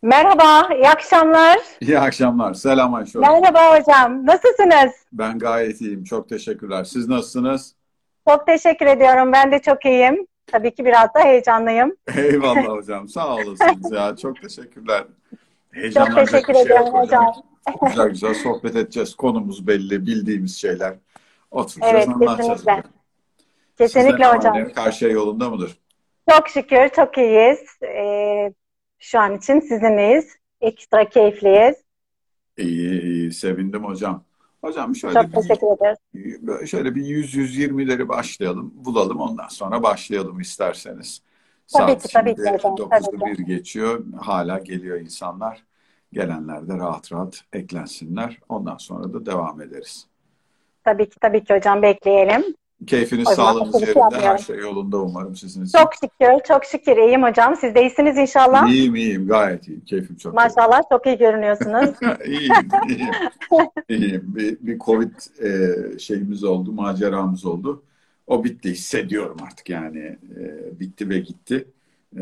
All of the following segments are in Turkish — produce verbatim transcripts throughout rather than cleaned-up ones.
Merhaba, iyi akşamlar. İyi akşamlar. Selam Ayşe Hocam. Merhaba hocam, nasılsınız? Ben gayet iyiyim. Çok teşekkürler. Siz nasılsınız? Çok teşekkür ediyorum, ben de çok iyiyim. Tabii ki biraz da heyecanlıyım. Eyvallah hocam. Sağ olasınız ya. Çok teşekkürler. Çok Heyecanlanacak teşekkür bir şey yok ediyorum hocam. hocam. Güzel güzel sohbet edeceğiz. Konumuz belli, bildiğimiz şeyler. Oturacağız, Evet, anlatacağız kesinlikle. hocam. Sizde ne Kesinlikle var ne hocam. yok? Her şey yolunda mıdır? Çok şükür, çok iyiyiz. Ee, şu an için sizinleyiz. Ekstra keyifliyiz. İyi, iyi. Sevindim hocam. Hocam şöyle Çok bir teşekkür ederiz. böyle şöyle bir yüz yüz yirmileri başlayalım, bulalım. Ondan sonra başlayalım isterseniz. Tabii Saat ki, tabii ki şimdi hocam, tabii dokuzu ki. bir geçiyor. Hala geliyor insanlar. Gelenler de rahat rahat eklensinler. Ondan sonra da devam ederiz. Tabii ki, tabii ki hocam, bekleyelim. Keyfiniz, O zaman sağlığınız açılışı yerinde. Her yapmıyorum. şey yolunda umarım sizin için. Çok şükür, çok şükür iyiyim hocam. Siz de iyisiniz inşallah. İyiyim, iyiyim. Gayet iyiyim. Keyfim çok yerinde. Maşallah, çok iyi görünüyorsunuz. İyiyim, iyiyim. İyiyim. Bir, bir Covid e, şeyimiz oldu, maceramız oldu. O bitti, hissediyorum artık yani. E, bitti ve gitti. E,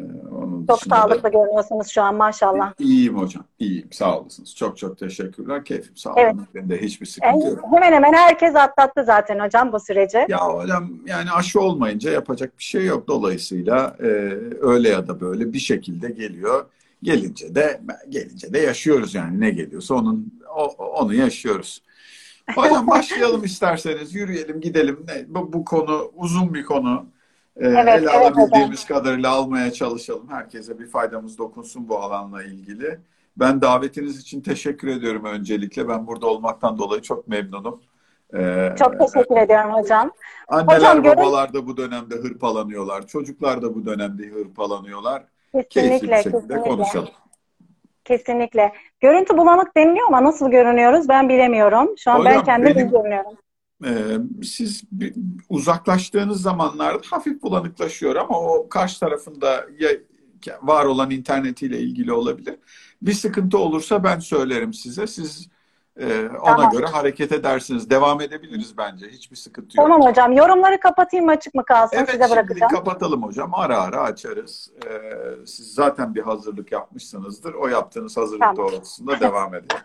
onun Çok dışında da sağlıklı görünüyorsunuz şu an maşallah. iyiyim hocam, iyiyim. Sağ olasınız. Çok çok teşekkürler. Keyfim, Evet. sağlığım yerinde. Hiçbir E, sıkıntı yok. Hemen hemen herkes atlattı zaten hocam bu süreci. Ya hocam yani aşı olmayınca yapacak bir şey yok. Dolayısıyla e, öyle ya da böyle bir şekilde geliyor. Gelince de gelince de yaşıyoruz yani ne geliyorsa onun o, onu yaşıyoruz. Hocam başlayalım isterseniz. Yürüyelim, gidelim. Ne, bu, bu konu uzun bir konu. Ee, Evet, ele evet hocam. alabildiğimiz kadarıyla almaya çalışalım. Herkese bir faydamız dokunsun bu alanla ilgili. Ben davetiniz için teşekkür ediyorum öncelikle. Ben burada olmaktan dolayı çok memnunum. Ee, Çok teşekkür ediyorum hocam. Hocam Anneler görün babalar da bu dönemde hırpalanıyorlar. Çocuklar da bu dönemde hırpalanıyorlar. Keyifli bir kesinlikle, şekilde kesinlikle, konuşalım. kesinlikle. Görüntü bulanık deniliyor ama nasıl görünüyoruz ben bilemiyorum. Şu an ben Hocam kendim iyi benim görünüyorum. Ee, siz bir- uzaklaştığınız zamanlarda hafif bulanıklaşıyor ama o karşı tarafında ya var olan internetiyle ilgili olabilir. Bir sıkıntı olursa ben söylerim size. Siz e, ona Tamam. göre hareket edersiniz. Devam edebiliriz bence. Hiçbir sıkıntı yok. Tamam hocam. Yorumları kapatayım mı açık mı kalsın? Evet, Size şimdilik bırakacağım. kapatalım hocam. Ara ara açarız. Ee, siz zaten bir hazırlık yapmışsınızdır. O yaptığınız hazırlık Tamam. doğrultusunda devam edelim.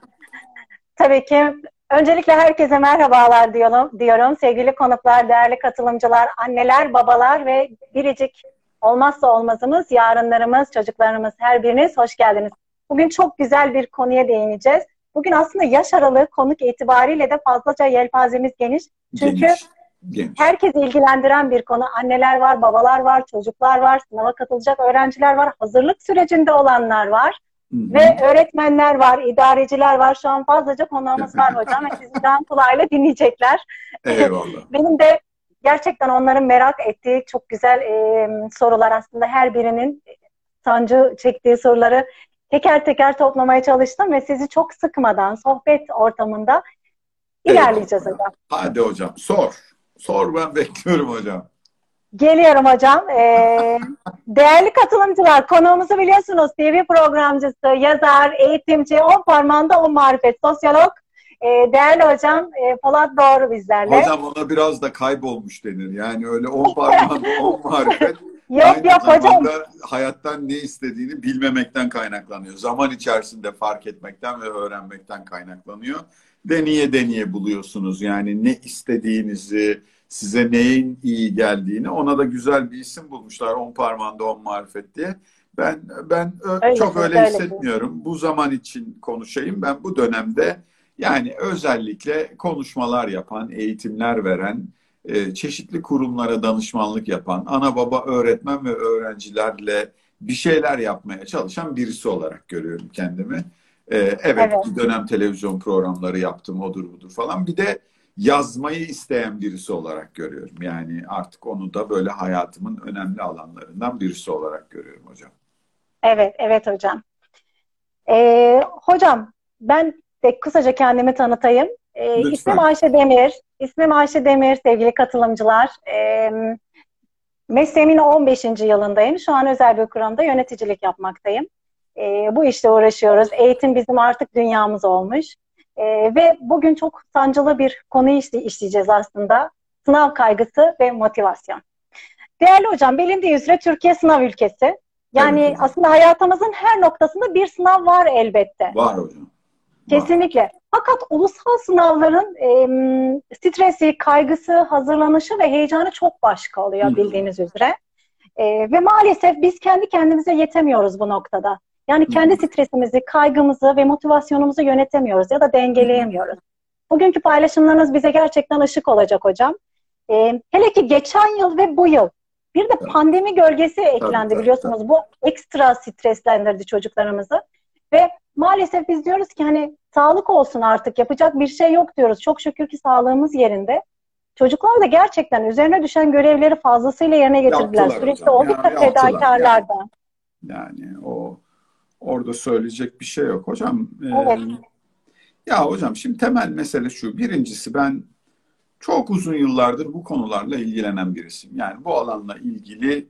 Tabii ki. Öncelikle herkese merhabalar diyorum, diyorum. Sevgili konuklar, değerli katılımcılar, anneler, babalar ve biricik olmazsa olmazımız, yarınlarımız, çocuklarımız, her biriniz hoş geldiniz. Bugün çok güzel bir konuya değineceğiz. Bugün aslında yaş aralığı konuk itibariyle de fazlaca yelpazemiz geniş. Çünkü Geniş. Geniş. herkesi ilgilendiren bir konu. Anneler var, babalar var, çocuklar var, sınava katılacak öğrenciler var, hazırlık sürecinde olanlar var. Hı hı. Ve öğretmenler var, idareciler var. Şu an fazlaca konuğumuz var hocam. Ve sizi can kulağıyla dinleyecekler. Eyvallah. Benim de gerçekten onların merak ettiği çok güzel e, sorular aslında. Her birinin sancı çektiği soruları teker teker toplamaya çalıştım. Ve sizi çok sıkmadan sohbet ortamında ilerleyeceğiz Eyvallah. hocam. Hadi hocam sor. Sor, ben bekliyorum hocam. Geliyorum hocam. Ee, değerli katılımcılar, konuğumuzu biliyorsunuz. T V programcısı, yazar, eğitimci, on parmağında on marifet, sosyolog. Ee, değerli hocam e, Polat Doğru bizlerle. Hocam ona biraz da kaybolmuş denir. Yani öyle on parmağında on marifet Yok aynı yok hocam. zamanda hayattan ne istediğini bilmemekten kaynaklanıyor. Zaman içerisinde fark etmekten ve öğrenmekten kaynaklanıyor. Deneye deneye buluyorsunuz. Yani ne istediğinizi, size neyin iyi geldiğini, ona da güzel bir isim bulmuşlar. On parmağında on marifet diye. Ben ben ö- Öyle çok değil, öyle öyle değil. hissetmiyorum. Bu zaman için konuşayım. Ben bu dönemde yani özellikle konuşmalar yapan, eğitimler veren, e, çeşitli kurumlara danışmanlık yapan, ana baba öğretmen ve öğrencilerle bir şeyler yapmaya çalışan birisi olarak görüyorum kendimi. E, evet, Evet, bir dönem televizyon programları yaptım, odur budur falan. Bir de yazmayı isteyen birisi olarak görüyorum. Yani artık onu da böyle hayatımın önemli alanlarından birisi olarak görüyorum hocam. evet, evet hocam. Ee, hocam ben de kısaca kendimi tanıtayım. Ee, ismim Lütfen. Ayşe Demir. İsmim Ayşe Demir sevgili katılımcılar. Ee, mesleğimin on beşinci yılındayım. Şu an özel bir kurumda yöneticilik yapmaktayım. Ee, bu işle uğraşıyoruz. Eğitim bizim artık dünyamız olmuş. Ee, ve bugün çok sancılı bir konuyu işle- işleyeceğiz aslında. Sınav kaygısı ve motivasyon. Değerli hocam, bilindiği üzere Türkiye sınav ülkesi. Evet Yani hocam. aslında hayatımızın her noktasında bir sınav var elbette. Var hocam. Var. Kesinlikle. Fakat ulusal sınavların e, stresi, kaygısı, hazırlanışı ve heyecanı çok başka Hı oluyor hı. bildiğiniz üzere. E, ve maalesef biz kendi kendimize yetemiyoruz bu noktada. Yani Hı kendi hı. stresimizi, kaygımızı ve motivasyonumuzu yönetemiyoruz ya da Hı hı. dengeleyemiyoruz. Bugünkü paylaşımlarınız bize gerçekten ışık olacak hocam. E, hele ki geçen yıl ve bu yıl bir de Tabii, pandemi gölgesi tabii, eklendi tabii, tabii. biliyorsunuz. Bu ekstra streslendirdi çocuklarımızı. Ve maalesef biz diyoruz ki hani sağlık olsun artık yapacak bir şey yok diyoruz. Çok şükür ki sağlığımız yerinde. Çocuklar da gerçekten üzerine düşen görevleri fazlasıyla yerine getirdiler. Yaptılar Sürekli hocam. Ya oldukça yaptılar. Yani fedakarlardı. yani o orada söyleyecek bir şey yok hocam. Ee, Evet, ya hocam şimdi temel mesele şu. Birincisi ben çok uzun yıllardır bu konularla ilgilenen birisiyim. Yani bu alanla ilgili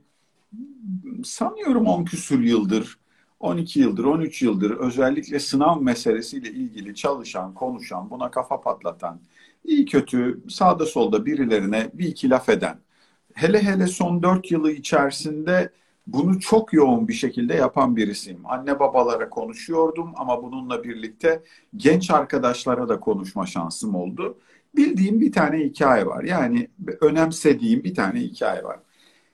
sanıyorum on küsur yıldır, on iki yıldır, on üç yıldır özellikle sınav meselesiyle ilgili çalışan, konuşan, buna kafa patlatan, iyi kötü sağda solda birilerine bir iki laf eden, hele hele son dört yılı içerisinde bunu çok yoğun bir şekilde yapan birisiyim. Anne babalara konuşuyordum ama bununla birlikte genç arkadaşlara da konuşma şansım oldu. Bildiğim bir tane hikaye var. Yani önemsediğim bir tane hikaye var.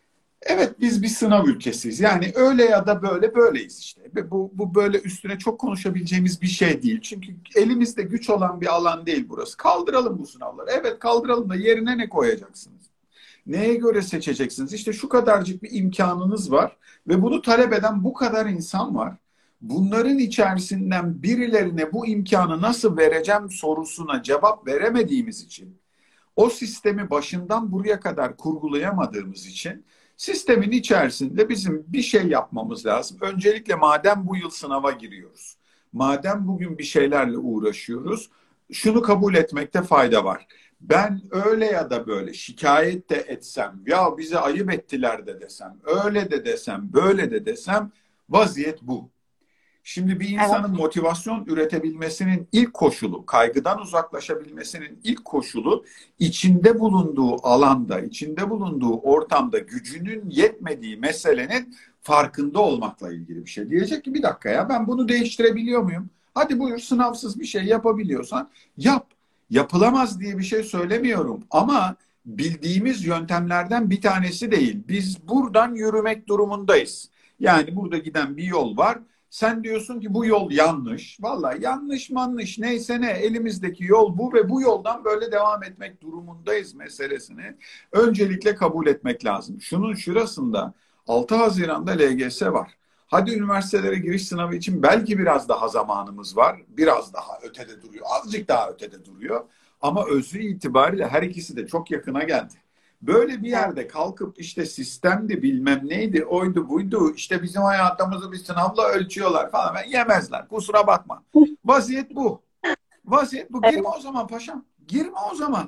Evet biz bir sınav ülkesiyiz. Yani öyle ya da böyle böyleyiz işte. Ve Bu, bu böyle üstüne çok konuşabileceğimiz bir şey değil. Çünkü elimizde güç olan bir alan değil burası. Kaldıralım bu sınavları. Evet kaldıralım da yerine ne koyacaksınız? Neye göre seçeceksiniz? İşte şu kadarcık bir imkanınız var ve bunu talep eden bu kadar insan var. Bunların içerisinden birilerine bu imkanı nasıl vereceğim sorusuna cevap veremediğimiz için o sistemi başından buraya kadar kurgulayamadığımız için sistemin içerisinde bizim bir şey yapmamız lazım. Öncelikle madem bu yıl sınava giriyoruz, madem bugün bir şeylerle uğraşıyoruz, şunu kabul etmekte fayda var. Ben öyle ya da böyle şikayet de etsem, ya bize ayıp ettiler de desem, öyle de desem, böyle de desem vaziyet bu. Şimdi bir evet, insanın motivasyon üretebilmesinin ilk koşulu, kaygıdan uzaklaşabilmesinin ilk koşulu içinde bulunduğu alanda, içinde bulunduğu ortamda gücünün yetmediği meselenin farkında olmakla ilgili bir şey. Diyecek ki bir dakika ya ben bunu değiştirebiliyor muyum? Hadi buyur sınavsız bir şey yapabiliyorsan yap. Yapılamaz diye bir şey söylemiyorum ama bildiğimiz yöntemlerden bir tanesi değil. Biz buradan yürümek durumundayız. Yani burada giden bir yol var. Sen diyorsun ki bu yol yanlış. Vallahi yanlış manlış neyse ne elimizdeki yol bu ve bu yoldan böyle devam etmek durumundayız meselesini öncelikle kabul etmek lazım. Şunun şurasında altı Haziran'da L G S var. Hadi üniversitelere giriş sınavı için belki biraz daha zamanımız var. Biraz daha ötede duruyor. Azıcık daha ötede duruyor. Ama özü itibariyle her ikisi de çok yakına geldi. Böyle bir evet. yerde kalkıp işte sistemdi bilmem neydi oydu buydu işte bizim hayatımızı bir sınavla ölçüyorlar falan ben yemezler kusura bakma. Vaziyet bu. Vaziyet bu. Girme Evet. o zaman paşam. Girme o zaman.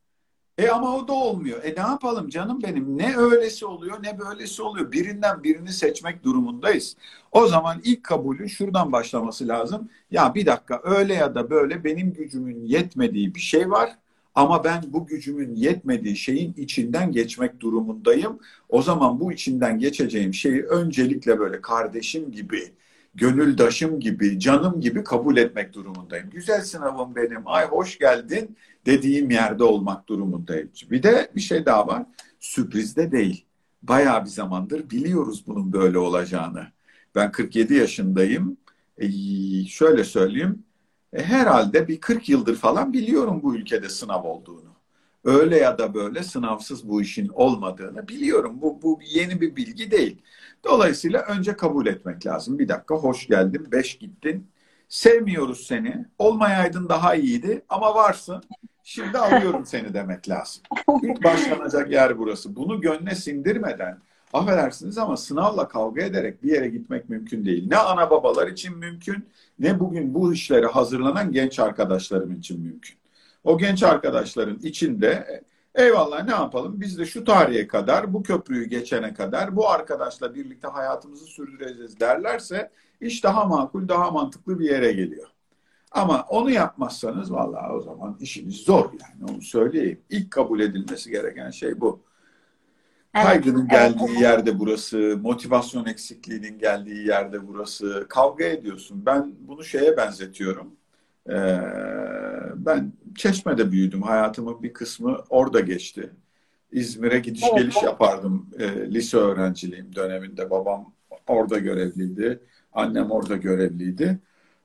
E ama o da olmuyor. E ne yapalım canım benim? Ne öylesi oluyor ne böylesi oluyor. Birinden birini seçmek durumundayız. O zaman ilk kabulün şuradan başlaması lazım. Ya bir dakika öyle ya da böyle benim gücümün yetmediği bir şey var. Ama ben bu gücümün yetmediği şeyin içinden geçmek durumundayım. O zaman bu içinden geçeceğim şeyi öncelikle böyle kardeşim gibi, gönüldaşım gibi, canım gibi kabul etmek durumundayım. Güzel sınavım benim. Ay hoş geldin dediğim yerde olmak durumundayım. Bir de bir şey daha var. Sürpriz de değil. Bayağı bir zamandır biliyoruz bunun böyle olacağını. Ben kırk yedi yaşındayım. Ee, şöyle söyleyeyim. E, herhalde bir kırk yıldır falan biliyorum bu ülkede sınav olduğunu. Öyle ya da böyle sınavsız bu işin olmadığını biliyorum. Bu, bu yeni bir bilgi değil. Dolayısıyla önce kabul etmek lazım. Bir dakika hoş geldin, beş gittin. Sevmiyoruz seni. Olmayaydın daha iyiydi ama varsın. Şimdi alıyorum seni demek lazım. İlk başlanacak yer burası. Bunu gönle sindirmeden, affedersiniz ama sınavla kavga ederek bir yere gitmek mümkün değil. Ne ana babalar için mümkün, ne bugün bu işlere hazırlanan genç arkadaşlarım için mümkün. O genç arkadaşların içinde eyvallah ne yapalım biz de şu tarihe kadar, bu köprüyü geçene kadar bu arkadaşla birlikte hayatımızı sürdüreceğiz derlerse iş daha makul, daha mantıklı bir yere geliyor. Ama onu yapmazsanız vallahi o zaman işiniz zor yani onu söyleyeyim. İlk kabul edilmesi gereken şey bu. Evet, Kaygının evet geldiği hocam. yerde burası, motivasyon eksikliğinin geldiği yerde burası. Kavga ediyorsun. Ben bunu şeye benzetiyorum. Ee, Ben Çeşme'de büyüdüm. Hayatımın bir kısmı orada geçti. İzmir'e gidiş Evet, geliş yapardım e, lise öğrenciliğim döneminde. Babam orada görevliydi. Annem orada görevliydi.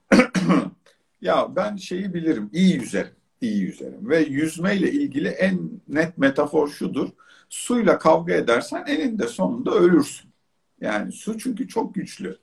Ya ben şeyi bilirim, iyi yüzerim, iyi yüzerim. Ve yüzmeyle ilgili en net metafor şudur. Suyla kavga edersen eninde sonunda ölürsün. Yani su çünkü çok güçlü.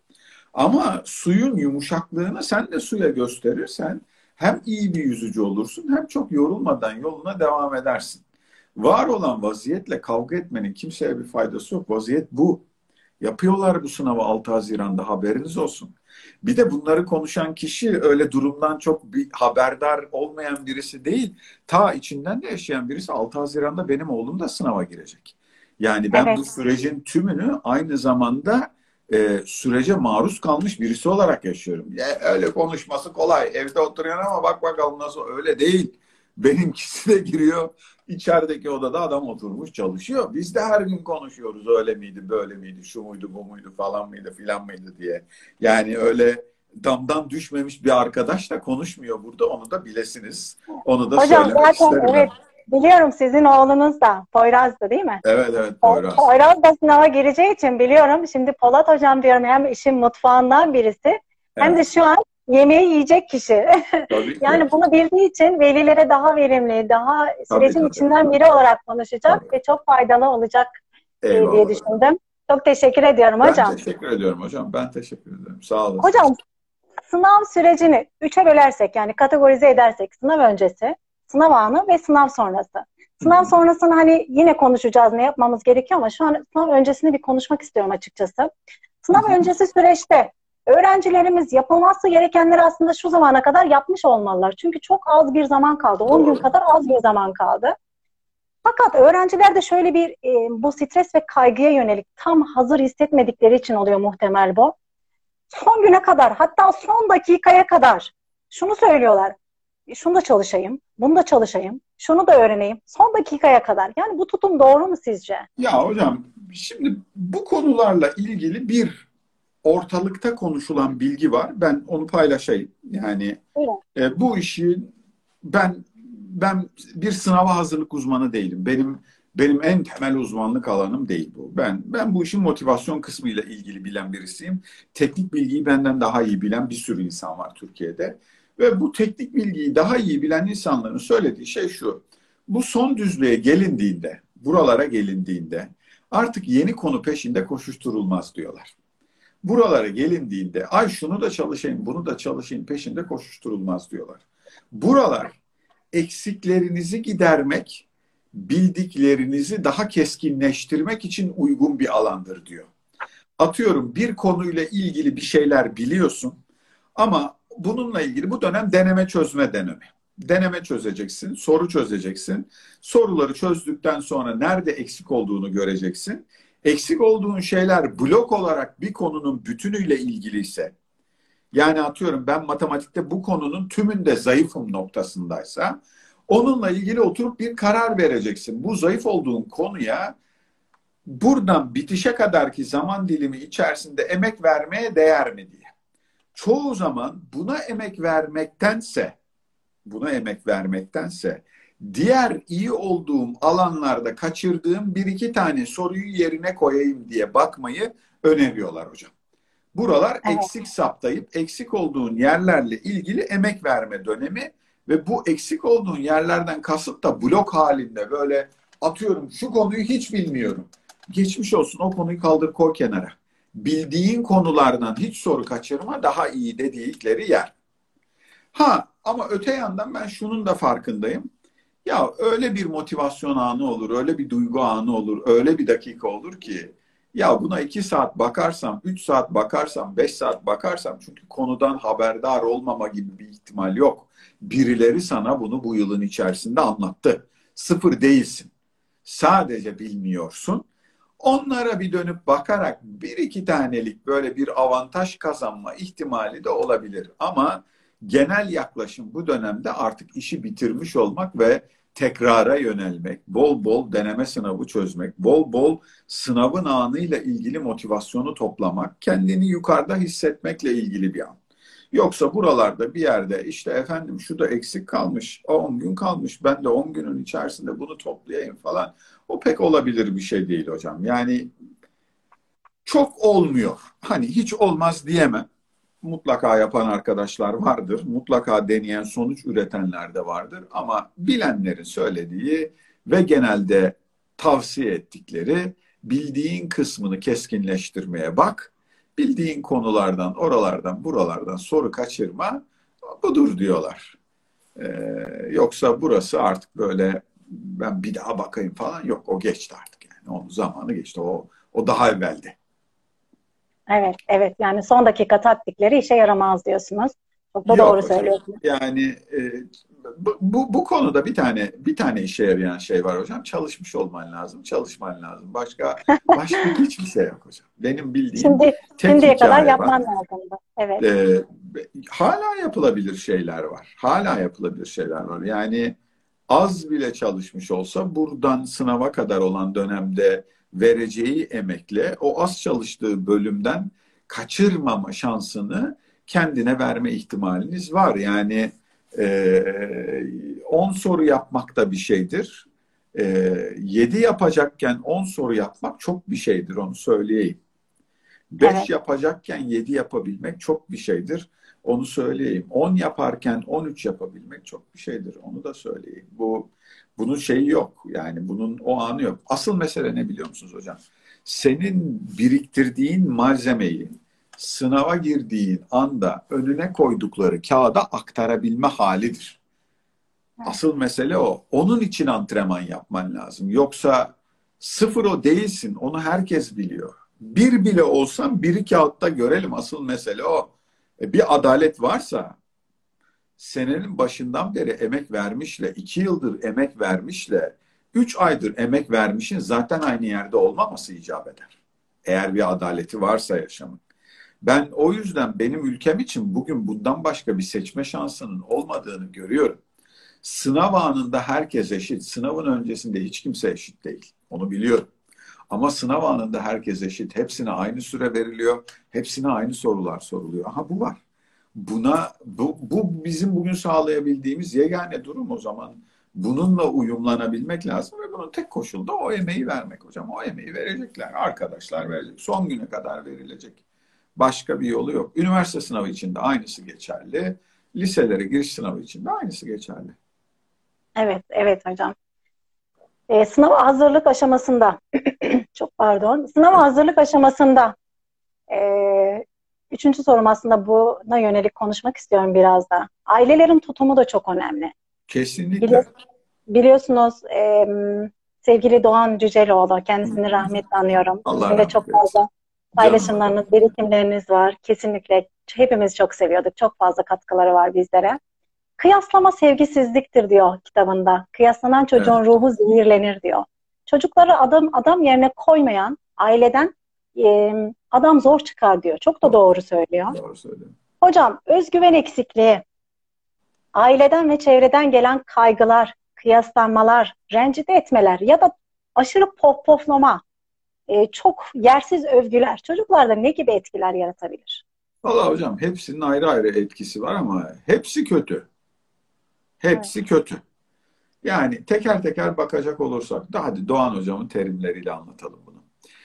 Ama suyun yumuşaklığını sen de suya gösterirsen hem iyi bir yüzücü olursun hem çok yorulmadan yoluna devam edersin. Var olan vaziyetle kavga etmenin kimseye bir faydası yok. Vaziyet bu. Yapıyorlar bu sınavı altı Haziran'da, haberiniz olsun. Bir de bunları konuşan kişi öyle durumdan çok bir haberdar olmayan birisi değil. Ta içinden de yaşayan birisi. altı Haziran'da benim oğlum da sınava girecek. Yani ben bu evet. sürecin tümünü aynı zamanda e, sürece maruz kalmış birisi olarak yaşıyorum. Ya, öyle konuşması kolay. Evde oturuyor ama bak bakalım nasıl, öyle değil. Benimkisi de giriyor. İçerideki odada adam oturmuş çalışıyor. Biz de her gün konuşuyoruz. Öyle miydi, böyle miydi, şu muydu, bu muydu, falan mıydı, filan mıydı diye. Yani öyle damdan düşmemiş bir arkadaş da konuşmuyor burada. Onu da bilesiniz. Onu da Hocam söylemek zaten isterim ben. evet, biliyorum sizin oğlunuz da Poyraz'dı değil mi? Evet, evet, Po- Poyraz. Poyraz da sınava gireceği için biliyorum. Şimdi Polat hocam diyorum, hem işin mutfağından birisi hem de Evet, şu an yemeği yiyecek kişi. tabii ki. Yani bunu bildiği için velilere daha verimli, daha Tabii, sürecin tabii. içinden biri olarak konuşacak Tabii. ve çok faydalı olacak e, diye Eyvallah. düşündüm. Çok teşekkür ediyorum Ben hocam. teşekkür ediyorum hocam. Ben teşekkür ederim. Sağ olasın. Hocam, sınav sürecini üçe bölersek, yani kategorize edersek, sınav öncesi, sınav anı ve sınav sonrası. Hı Sınav hı. sonrasını hani yine konuşacağız, ne yapmamız gerekiyor, ama şu an sınav öncesini bir konuşmak istiyorum açıkçası. Hı Sınav hı. öncesi süreçte öğrencilerimiz yapılması gerekenleri aslında şu zamana kadar yapmış olmalılar. Çünkü çok az bir zaman kaldı. on gün Doğru. kadar az bir zaman kaldı. Fakat öğrencilerde şöyle bir e, bu stres ve kaygıya yönelik tam hazır hissetmedikleri için oluyor muhtemel bu. Son güne kadar, hatta son dakikaya kadar şunu söylüyorlar: şunu da çalışayım, bunu da çalışayım, şunu da öğreneyim. Son dakikaya kadar. Yani bu tutum doğru mu sizce? Ya hocam, şimdi bu konularla ilgili bir ortalıkta konuşulan bilgi var. Ben onu paylaşayım. Yani Buyurun. e, bu işi ben ben bir sınava hazırlık uzmanı değilim. Benim benim en temel uzmanlık alanım değil bu. Ben ben bu işin motivasyon kısmıyla ilgili bilen birisiyim. Teknik bilgiyi benden daha iyi bilen bir sürü insan var Türkiye'de. Ve bu teknik bilgiyi daha iyi bilen insanların söylediği şey şu: bu son düzlüğe gelindiğinde, buralara gelindiğinde artık yeni konu peşinde koşuşturulmaz diyorlar. Buralara gelindiğinde ay şunu da çalışayım, bunu da çalışayım peşinde koşuşturulmaz diyorlar. Buralar eksiklerinizi gidermek, bildiklerinizi daha keskinleştirmek için uygun bir alandır diyor. Atıyorum, bir konuyla ilgili bir şeyler biliyorsun ama bununla ilgili bu dönem deneme çözme dönemi. Deneme çözeceksin, soru çözeceksin. Soruları çözdükten sonra nerede eksik olduğunu göreceksin. Eksik olduğun şeyler blok olarak bir konunun bütünüyle ilgiliyse, yani atıyorum ben matematikte bu konunun tümünde zayıfım noktasındaysa, onunla ilgili oturup bir karar vereceksin. Bu zayıf olduğun konuya buradan bitişe kadarki zaman dilimi içerisinde emek vermeye değer mi diye. Çoğu zaman buna emek vermektense, buna emek vermektense diğer iyi olduğum alanlarda kaçırdığım bir iki tane soruyu yerine koyayım diye bakmayı öneriyorlar hocam. Buralar Evet. eksik saptayıp eksik olduğun yerlerle ilgili emek verme dönemi ve bu eksik olduğun yerlerden kasıt da blok halinde böyle atıyorum şu konuyu hiç bilmiyorum. Geçmiş olsun, o konuyu kaldır koy kenara. Bildiğin konulardan hiç soru kaçırma, daha iyi dedikleri yer. Ha ama öte yandan ben şunun da farkındayım. Ya öyle bir motivasyon anı olur, öyle bir duygu anı olur, öyle bir dakika olur ki ya buna iki saat bakarsam, üç saat bakarsam, beş saat bakarsam, çünkü konudan haberdar olmama gibi bir ihtimal yok. Birileri sana bunu bu yılın içerisinde anlattı. Sıfır değilsin. Sadece bilmiyorsun. Onlara bir dönüp bakarak bir iki tanelik böyle bir avantaj kazanma ihtimali de olabilir. Ama genel yaklaşım bu dönemde artık işi bitirmiş olmak ve tekrara yönelmek, bol bol deneme sınavı çözmek, bol bol sınavın anıyla ilgili motivasyonu toplamak, kendini yukarıda hissetmekle ilgili bir an. Yoksa buralarda bir yerde işte efendim şu da eksik kalmış, on gün kalmış, ben de on günün içerisinde bunu toplayayım falan. O pek olabilir bir şey değil hocam. Yani çok olmuyor. Hani hiç olmaz diyemem. Mutlaka yapan arkadaşlar vardır. Mutlaka deneyen, sonuç üretenler de vardır. Ama bilenlerin söylediği ve genelde tavsiye ettikleri bildiğin kısmını keskinleştirmeye bak. Bildiğin konulardan, oralardan, buralardan soru kaçırma. Budur diyorlar. Ee, yoksa burası artık böyle ben bir daha bakayım falan yok. O geçti artık yani. Onun zamanı geçti. O, o daha evveldi. Evet, evet. Yani son dakika taktikleri işe yaramaz diyorsunuz. Çok da Yok doğru hocam. söylüyorsunuz. Yani e, bu, bu, bu konuda bir tane bir tane işe yarayan şey var hocam. Çalışmış olman lazım, çalışman lazım. Başka başka hiçbir şey yok hocam. Benim bildiğim Şimdi tek şimdiye kadar hikaye var. yapman lazımdı. Evet, E, hala yapılabilir şeyler var. Hala yapılabilir şeyler var. Yani az bile çalışmış olsa buradan sınava kadar olan dönemde vereceği emekle o az çalıştığı bölümden kaçırmama şansını kendine verme ihtimaliniz var. Yani on soru yapmak da bir şeydir. E, yedi yapacakken on soru yapmak çok bir şeydir, onu söyleyeyim. Beş evet, yapacakken yedi yapabilmek çok bir şeydir. Onu söyleyeyim. On yaparken on üç yapabilmek çok bir şeydir. Onu da söyleyeyim. Bu bunun şeyi yok. Yani bunun o anı yok. Asıl mesele ne biliyor musunuz hocam? Senin biriktirdiğin malzemeyi sınava girdiğin anda önüne koydukları kağıda aktarabilme halidir. Asıl mesele o. Onun için antrenman yapman lazım. Yoksa sıfır o değilsin. Onu herkes biliyor. Bir bile olsan biri kağıtta görelim. Asıl mesele o. E, bir adalet varsa senenin başından beri emek vermişle, iki yıldır emek vermişle, üç aydır emek vermişin zaten aynı yerde olmaması icap eder. Eğer bir adaleti varsa yaşamın. Ben o yüzden benim ülkem için bugün bundan başka bir seçme şansının olmadığını görüyorum. Sınav anında herkes eşit. Sınavın öncesinde hiç kimse eşit değil. Onu biliyorum. Ama sınav anında herkes eşit. Hepsine aynı süre veriliyor. Hepsine aynı sorular soruluyor. Aha bu var. Buna bu, bu bizim bugün sağlayabildiğimiz yegane durum o zaman. Bununla uyumlanabilmek lazım ve bunun tek koşulu da o emeği vermek hocam. O emeği verecekler. Arkadaşlar verecek. Son güne kadar verilecek. Başka bir yolu yok. Üniversite sınavı için de aynısı geçerli. Liselere giriş sınavı için de aynısı geçerli. evet, evet hocam. Ee, sınava hazırlık aşamasında, çok pardon, sınava hazırlık aşamasında, e, üçüncü sorum aslında buna yönelik konuşmak istiyorum biraz da. Ailelerin tutumu da çok önemli. Kesinlikle. Biliyorsunuz, biliyorsunuz e, sevgili Doğan Cüceloğlu, kendisini rahmetle anıyorum. Allah Sizin de çok rahmet eylesin. fazla Canım paylaşımlarınız, birikimleriniz var. Kesinlikle hepimiz çok seviyorduk. Çok fazla katkıları var bizlere. Kıyaslama sevgisizliktir diyor kitabında. Kıyaslanan çocuğun evet. ruhu zehirlenir diyor. Çocukları adam adam yerine koymayan aileden e, adam zor çıkar diyor. Çok da doğru söylüyor. Doğru söylüyorum. Hocam özgüven eksikliği, aileden ve çevreden gelen kaygılar, kıyaslanmalar, rencide etmeler ya da aşırı pohpohlama, e, çok yersiz övgüler çocuklarda ne gibi etkiler yaratabilir? Valla hocam hepsinin ayrı ayrı etkisi var ama hepsi kötü. Evet. Hepsi kötü. Yani teker teker bakacak olursak da hadi Doğan hocamın terimleriyle anlatalım bunu.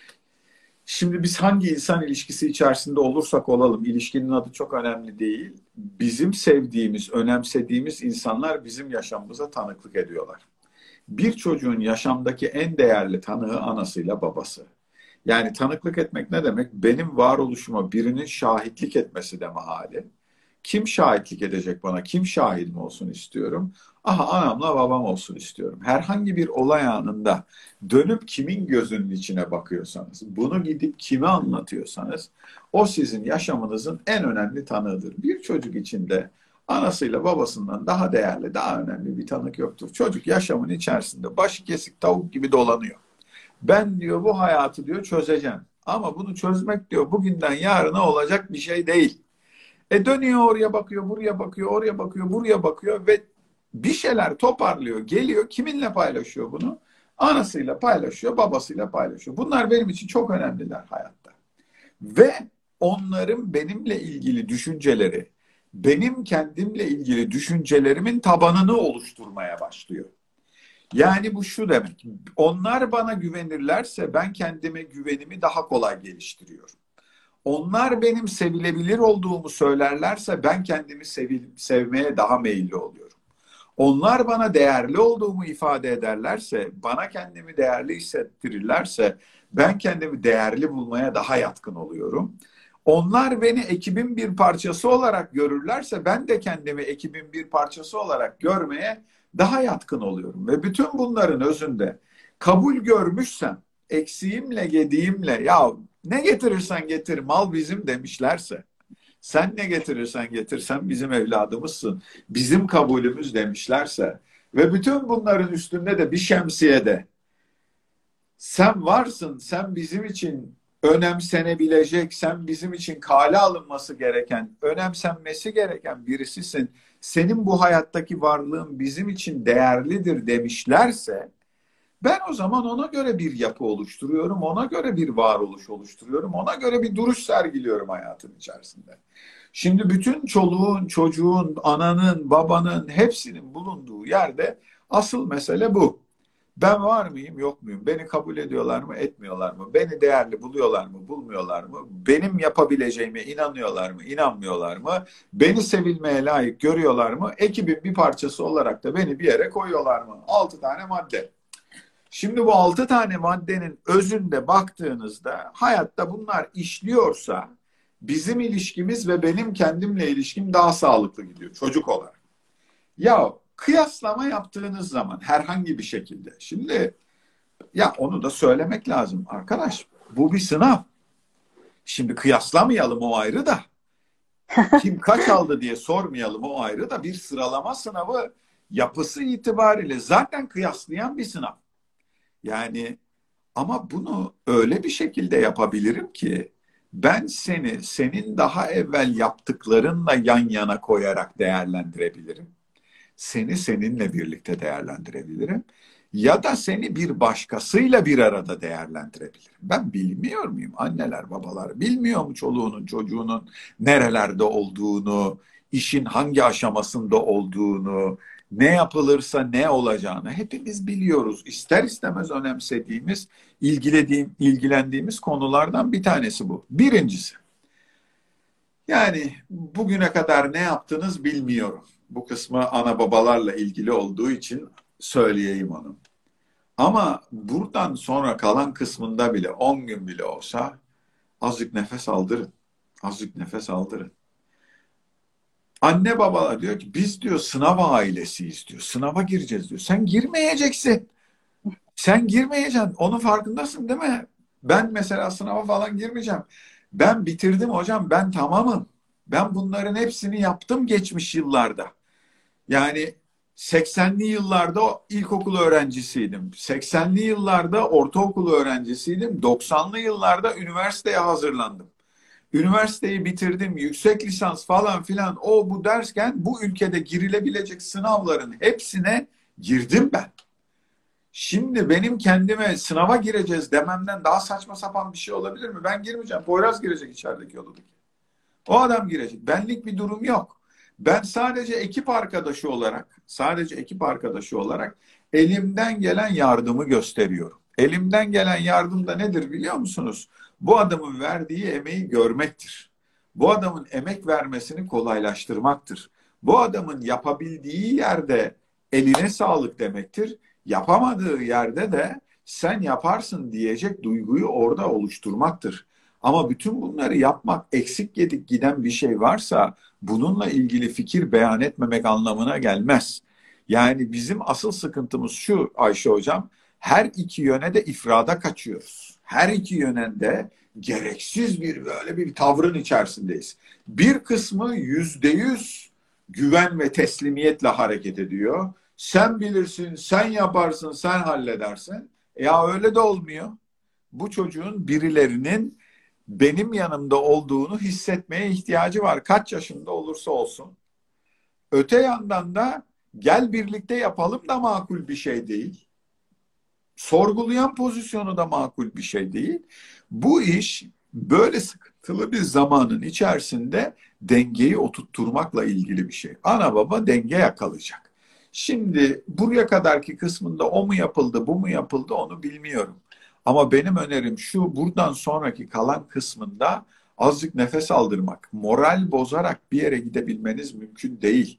Şimdi biz hangi insan ilişkisi içerisinde olursak olalım, ilişkinin adı çok önemli değil. Bizim sevdiğimiz, önemsediğimiz insanlar bizim yaşamımıza tanıklık ediyorlar. Bir çocuğun yaşamdaki en değerli tanığı anasıyla babası. Yani tanıklık etmek ne demek? Benim varoluşuma birinin şahitlik etmesi deme hali. Kim şahitlik edecek bana? Kim şahidim olsun istiyorum? Aha anamla babam olsun istiyorum. Herhangi bir olay anında dönüp kimin gözünün içine bakıyorsanız, bunu gidip kime anlatıyorsanız o sizin yaşamınızın en önemli tanığıdır. Bir çocuk için de anasıyla babasından daha değerli, daha önemli bir tanık yoktur. Çocuk yaşamın içerisinde başı kesik tavuk gibi dolanıyor. Ben diyor bu hayatı diyor çözeceğim. Ama bunu çözmek diyor bugünden yarına olacak bir şey değil. E dönüyor oraya bakıyor, buraya bakıyor, oraya bakıyor, buraya bakıyor ve bir şeyler toparlıyor, geliyor. Kiminle paylaşıyor bunu? Anasıyla paylaşıyor, babasıyla paylaşıyor. Bunlar benim için çok önemliler hayatta. Ve onların benimle ilgili düşünceleri, benim kendimle ilgili düşüncelerimin tabanını oluşturmaya başlıyor. Yani bu şu demek, onlar bana güvenirlerse ben kendime güvenimi daha kolay geliştiriyorum. Onlar benim sevilebilir olduğumu söylerlerse ben kendimi sevil, sevmeye daha meyilli oluyorum. Onlar bana değerli olduğumu ifade ederlerse, bana kendimi değerli hissettirirlerse ben kendimi değerli bulmaya daha yatkın oluyorum. Onlar beni ekibin bir parçası olarak görürlerse ben de kendimi ekibin bir parçası olarak görmeye daha yatkın oluyorum. Ve bütün bunların özünde kabul görmüşsem, eksiğimle, gediğimle, ya ne getirirsen getir mal bizim demişlerse, sen ne getirirsen getir sen bizim evladımızsın, bizim kabulümüz demişlerse ve bütün bunların üstünde de bir şemsiyede sen varsın, sen bizim için önemsenebilecek, sen bizim için kale alınması gereken, önemsenmesi gereken birisisin. Senin bu hayattaki varlığın bizim için değerlidir demişlerse ben o zaman ona göre bir yapı oluşturuyorum, ona göre bir varoluş oluşturuyorum, ona göre bir duruş sergiliyorum hayatın içerisinde. Şimdi bütün çoluğun, çocuğun, ananın, babanın hepsinin bulunduğu yerde asıl mesele bu. Ben var mıyım, yok muyum? Beni kabul ediyorlar mı, etmiyorlar mı? Beni değerli buluyorlar mı, bulmuyorlar mı? Benim yapabileceğime inanıyorlar mı, inanmıyorlar mı? Beni sevilmeye layık görüyorlar mı? Ekibin bir parçası olarak da beni bir yere koyuyorlar mı? Altı tane madde. Şimdi bu altı tane maddenin özünde baktığınızda hayatta bunlar işliyorsa bizim ilişkimiz ve benim kendimle ilişkim daha sağlıklı gidiyor çocuk olarak. Ya kıyaslama yaptığınız zaman herhangi bir şekilde şimdi ya onu da söylemek lazım arkadaş, bu bir sınav. Şimdi kıyaslamayalım o ayrı da kim kaç aldı diye sormayalım o ayrı da bir sıralama sınavı yapısı itibariyle zaten kıyaslayan bir sınav. Yani ama bunu öyle bir şekilde yapabilirim ki ben seni senin daha evvel yaptıklarınla yan yana koyarak değerlendirebilirim. Seni seninle birlikte değerlendirebilirim. Ya da seni bir başkasıyla bir arada değerlendirebilirim. Ben bilmiyor muyum? Anneler, babalar bilmiyor mu çoluğunun, çocuğunun nerelerde olduğunu, işin hangi aşamasında olduğunu, ne yapılırsa ne olacağını hepimiz biliyoruz. İster istemez önemsediğimiz, ilgilediğim, ilgilendiğimiz konulardan bir tanesi bu. Birincisi, yani bugüne kadar ne yaptınız bilmiyorum. Bu kısmı ana babalarla ilgili olduğu için söyleyeyim onu. Ama buradan sonra kalan kısmında bile on gün bile olsa azıcık nefes aldırın. Azıcık nefes aldırın. Anne babalar diyor ki biz diyor sınav ailesiyiz diyor. Sınava gireceğiz diyor. Sen girmeyeceksin. Sen girmeyeceksin. Onun farkındasın değil mi? Ben mesela sınava falan girmeyeceğim. Ben bitirdim hocam. Ben tamamım. Ben bunların hepsini yaptım geçmiş yıllarda. Yani seksenli yıllarda ilkokul öğrencisiydim. seksenli yıllarda ortaokul öğrencisiydim. doksanlı yıllarda üniversiteye hazırlandım. Üniversiteyi bitirdim, yüksek lisans falan filan o bu dersken bu ülkede girilebilecek sınavların hepsine girdim ben. Şimdi benim kendime sınava gireceğiz dememden daha saçma sapan bir şey olabilir mi? Ben girmeyeceğim. Poyraz girecek içerideki odadaki. O adam girecek. Benlik bir durum yok. Ben sadece ekip arkadaşı olarak, sadece ekip arkadaşı olarak elimden gelen yardımı gösteriyorum. Elimden gelen yardım da nedir biliyor musunuz? Bu adamın verdiği emeği görmektir. Bu adamın emek vermesini kolaylaştırmaktır. Bu adamın yapabildiği yerde eline sağlık demektir. Yapamadığı yerde de sen yaparsın diyecek duyguyu orada oluşturmaktır. Ama bütün bunları yapmak eksik yedik giden bir şey varsa bununla ilgili fikir beyan etmemek anlamına gelmez. Yani bizim asıl sıkıntımız şu Ayşe Hocam, her iki yöne de ifrada kaçıyoruz. Her iki yöne de gereksiz bir böyle bir tavrın içerisindeyiz. Bir kısmı yüzde yüz güven ve teslimiyetle hareket ediyor. Sen bilirsin, sen yaparsın, sen halledersin. Ya öyle de olmuyor. Bu çocuğun birilerinin benim yanımda olduğunu hissetmeye ihtiyacı var. Kaç yaşında olursa olsun. Öte yandan da Gel birlikte yapalım da makul bir şey değil. Sorgulayan pozisyonu da makul bir şey değil. Bu iş böyle sıkıntılı bir zamanın içerisinde dengeyi oturtturmakla ilgili bir şey. Ana baba denge yakalayacak. Şimdi buraya kadarki kısmında o mu yapıldı, bu mu yapıldı onu bilmiyorum. Ama benim önerim şu, buradan sonraki kalan kısmında azıcık nefes aldırmak. Moral bozarak bir yere gidebilmeniz mümkün değil.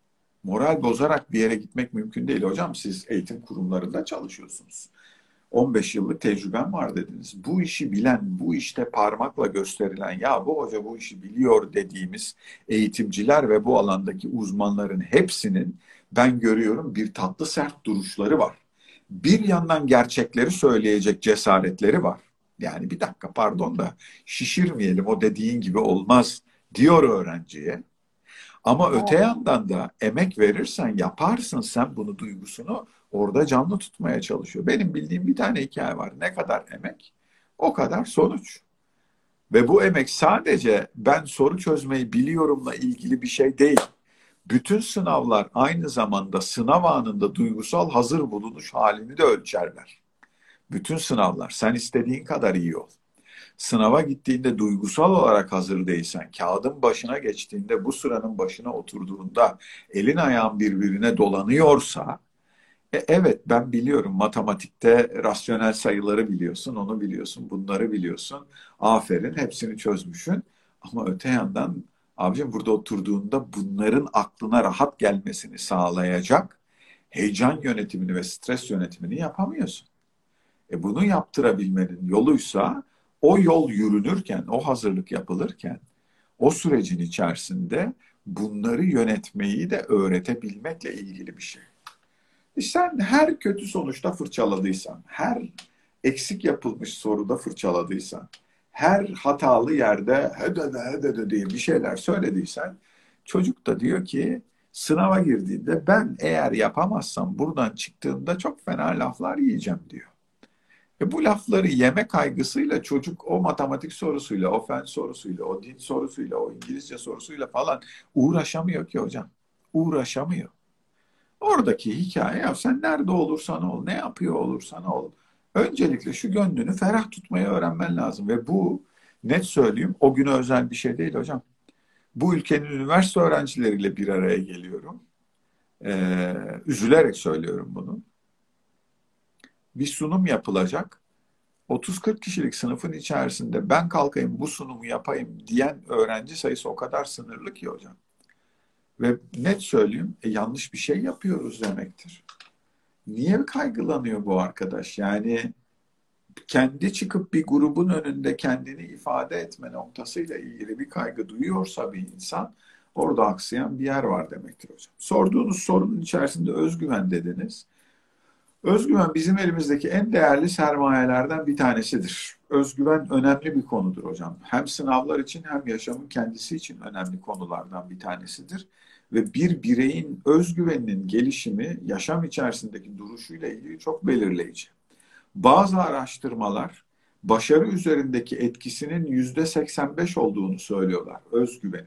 Moral bozarak bir yere gitmek mümkün değil. Hocam siz eğitim kurumlarında çalışıyorsunuz. on beş yıllık tecrüben var dediniz. Bu işi bilen, bu işte parmakla gösterilen, ya bu hoca bu işi biliyor dediğimiz eğitimciler ve bu alandaki uzmanların hepsinin ben görüyorum bir tatlı sert duruşları var. Bir yandan gerçekleri söyleyecek cesaretleri var. Yani bir dakika pardon da şişirmeyelim, o dediğin gibi olmaz diyor öğrenciye. Ama öte Evet. yandan da emek verirsen, yaparsın sen bunu duygusunu, orada canlı tutmaya çalışıyor. Benim bildiğim bir tane hikaye var. Ne kadar emek, o kadar sonuç. Ve bu emek sadece ben soru çözmeyi biliyorumla ilgili bir şey değil. Bütün sınavlar aynı zamanda sınav anında duygusal hazır bulunuş halini de ölçerler. Bütün sınavlar. Sen istediğin kadar iyi ol. Sınava gittiğinde duygusal olarak hazır değilsen, kağıdın başına geçtiğinde, bu sıranın başına oturduğunda elin ayağın birbirine dolanıyorsa, e, evet ben biliyorum matematikte rasyonel sayıları biliyorsun, onu biliyorsun, bunları biliyorsun. Aferin, hepsini çözmüşsün. Ama öte yandan abicim burada oturduğunda bunların aklına rahat gelmesini sağlayacak heyecan yönetimini ve stres yönetimini yapamıyorsun. E bunu yaptırabilmenin yoluysa o yol yürünürken, o hazırlık yapılırken, o sürecin içerisinde bunları yönetmeyi de öğretebilmekle ilgili bir şey. E sen her kötü sonuçta fırçaladıysan, her eksik yapılmış soruda fırçaladıysan, her hatalı yerde hedede hedede diye bir şeyler söylediysen, çocuk da diyor ki sınava girdiğinde ben eğer yapamazsam buradan çıktığımda çok fena laflar yiyeceğim diyor. E bu lafları yeme kaygısıyla çocuk o matematik sorusuyla, o fen sorusuyla, o din sorusuyla, o İngilizce sorusuyla falan uğraşamıyor ki hocam. Uğraşamıyor. Oradaki hikaye ya sen nerede olursan ol, ne yapıyor olursan ol. Öncelikle şu gönlünü ferah tutmayı öğrenmen lazım. Ve bu net söyleyeyim o güne özel bir şey değil hocam. Bu ülkenin üniversite öğrencileriyle bir araya geliyorum. Ee, üzülerek söylüyorum bunu. Bir sunum yapılacak. otuz kırk kişilik sınıfın içerisinde ben kalkayım bu sunumu yapayım diyen öğrenci sayısı o kadar sınırlı ki hocam. Ve net söyleyeyim e, yanlış bir şey yapıyoruz demektir. Niye kaygılanıyor bu arkadaş? Yani kendi çıkıp bir grubun önünde kendini ifade etme noktasıyla ilgili bir kaygı duyuyorsa bir insan orada aksayan bir yer var demektir hocam. Sorduğunuz sorunun içerisinde özgüven dediniz. Özgüven bizim elimizdeki en değerli sermayelerden bir tanesidir. Özgüven önemli bir konudur hocam. Hem sınavlar için hem yaşamın kendisi için önemli konulardan bir tanesidir. Ve bir bireyin özgüveninin gelişimi yaşam içerisindeki duruşuyla ilgili çok belirleyici. Bazı araştırmalar başarı üzerindeki etkisinin yüzde seksen beş olduğunu söylüyorlar özgüvenin.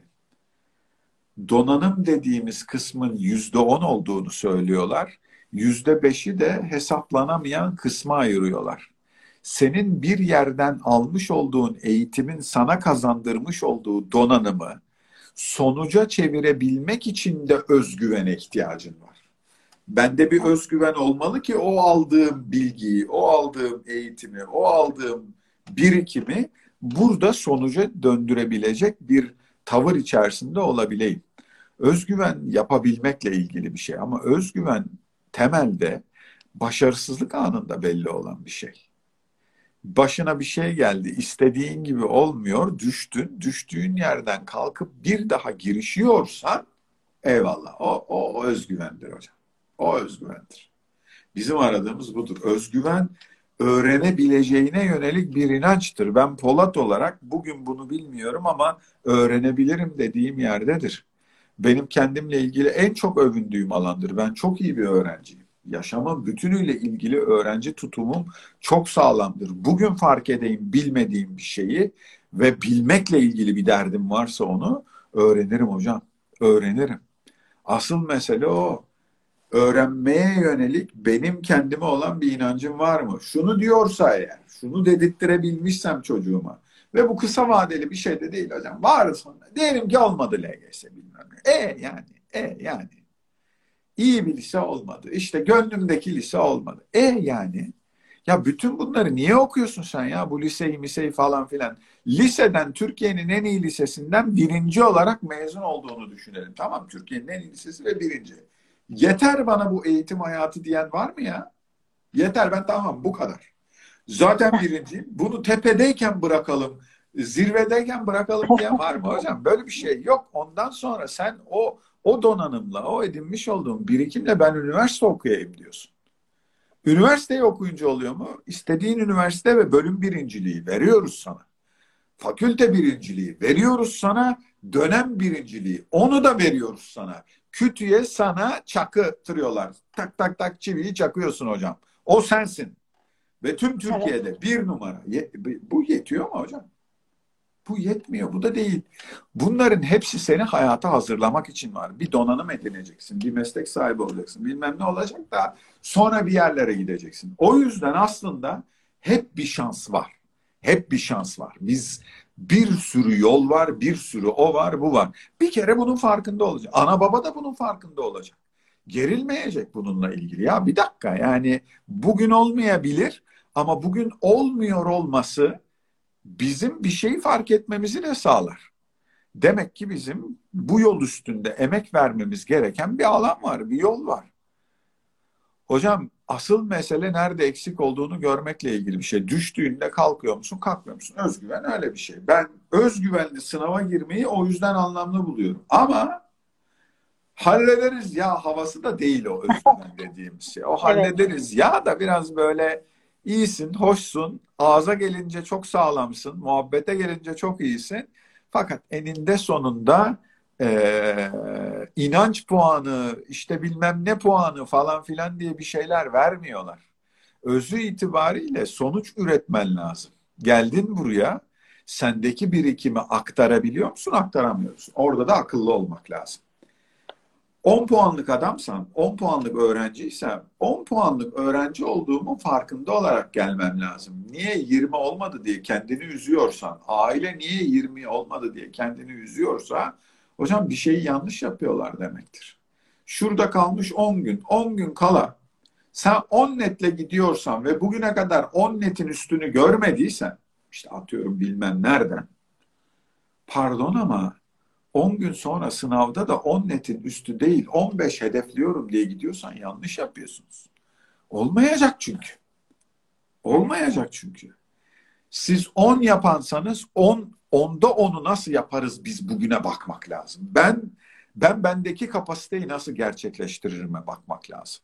Donanım dediğimiz kısmın yüzde on olduğunu söylüyorlar. Yüzde beşi de hesaplanamayan kısma ayırıyorlar. Senin bir yerden almış olduğun eğitimin sana kazandırmış olduğu donanımı sonuca çevirebilmek için de özgüvene ihtiyacın var. Bende bir özgüven olmalı ki o aldığım bilgiyi, o aldığım eğitimi, o aldığım birikimi burada sonuca döndürebilecek bir tavır içerisinde olabileyim. Özgüven yapabilmekle ilgili bir şey ama özgüven temelde başarısızlık anında belli olan bir şey. Başına bir şey geldi, istediğin gibi olmuyor, düştün, düştüğün yerden kalkıp bir daha girişiyorsan eyvallah. O, o, o özgüvendir hocam. O özgüvendir. Bizim aradığımız budur. Özgüven öğrenebileceğine yönelik bir inançtır. Ben Polat olarak bugün bunu bilmiyorum ama öğrenebilirim dediğim yerdedir. Benim kendimle ilgili en çok övündüğüm alandır. Ben çok iyi bir öğrenciyim. Yaşamın bütünüyle ilgili öğrenci tutumum çok sağlamdır. Bugün fark edeyim bilmediğim bir şeyi ve bilmekle ilgili bir derdim varsa onu öğrenirim hocam. Öğrenirim. Asıl mesele o. Öğrenmeye yönelik benim kendime olan bir inancım var mı? Şunu diyorsa eğer, şunu dedirttirebilmişsem çocuğuma ve bu kısa vadeli bir şey de değil hocam. Var sonra. Diyelim ki olmadı L G S bilmem ne. E yani, e yani. İyi bir lise olmadı. İşte gönlümdeki lise olmadı. E yani. Ya bütün bunları niye okuyorsun sen ya? Bu liseyi, miseyi falan filan. Liseden, Türkiye'nin en iyi lisesinden birinci olarak mezun olduğunu düşünelim. Tamam, Türkiye'nin en iyi lisesi ve birinci. Yeter bana bu eğitim hayatı diyen var mı ya? Yeter, ben tamam, bu kadar. Zaten birinciyim. Bunu tepedeyken bırakalım, zirvedeyken bırakalım diyen var mı hocam? Böyle bir şey yok. Ondan sonra sen o o donanımla, o edinmiş olduğun birikimle ben üniversite okuyayım diyorsun. Üniversiteyi okuyunca oluyor mu? İstediğin üniversite ve bölüm birinciliği veriyoruz sana. Fakülte birinciliği veriyoruz sana. Dönem birinciliği. Onu da veriyoruz sana. Kütüye sana çakıtırıyorlar. Tak tak tak çiviyi çakıyorsun hocam. O sensin. Ve tüm Türkiye'de evet. bir numara. Bu yetiyor mu hocam? Bu yetmiyor. Bu da değil. Bunların hepsi seni hayata hazırlamak için var. Bir donanım edineceksin. Bir meslek sahibi olacaksın. Bilmem ne olacak da sonra bir yerlere gideceksin. O yüzden aslında hep bir şans var. Hep bir şans var. Biz bir sürü yol var, bir sürü o var, bu var. Bir kere bunun farkında olacak. Ana baba da bunun farkında olacak. Gerilmeyecek bununla ilgili. Ya bir dakika, yani bugün olmayabilir ama bugün olmuyor olması bizim bir şeyi fark etmemizi de sağlar. Demek ki bizim bu yol üstünde emek vermemiz gereken bir alan var, bir yol var. Hocam asıl mesele nerede eksik olduğunu görmekle ilgili bir şey. Düştüğünde kalkıyor musun, kalkmıyor musun? Özgüven öyle bir şey. Ben özgüvenli sınava girmeyi o yüzden anlamlı buluyorum. Ama hallederiz ya havası da değil o özgüven dediğimiz şey. O hallederiz evet. ya da biraz böyle iyisin, hoşsun, ağza gelince çok sağlamsın, muhabbete gelince çok iyisin. Fakat eninde sonunda e, inanç puanı, işte bilmem ne puanı falan filan diye bir şeyler vermiyorlar. Özü itibariyle sonuç üretmen lazım. Geldin buraya, sendeki birikimi aktarabiliyor musun, aktaramıyor musun? Orada da akıllı olmak lazım. on puanlık adamsan, on puanlık öğrenciysem, on puanlık öğrenci olduğumun farkında olarak gelmem lazım. Niye yirmi olmadı diye kendini üzüyorsan, aile niye yirmi olmadı diye kendini üzüyorsa, hocam bir şeyi yanlış yapıyorlar demektir. Şurada kalmış on gün, on gün kala sen on netle gidiyorsan ve bugüne kadar on netin üstünü görmediysen, işte atıyorum bilmem nereden, pardon ama on gün sonra sınavda da on netin üstü değil, on beş hedefliyorum diye gidiyorsan yanlış yapıyorsunuz. Olmayacak çünkü. Olmayacak çünkü. Siz on yapansanız on, onda onu nasıl yaparız biz bugüne bakmak lazım. Ben ben bendeki kapasiteyi nasıl gerçekleştiririme bakmak lazım.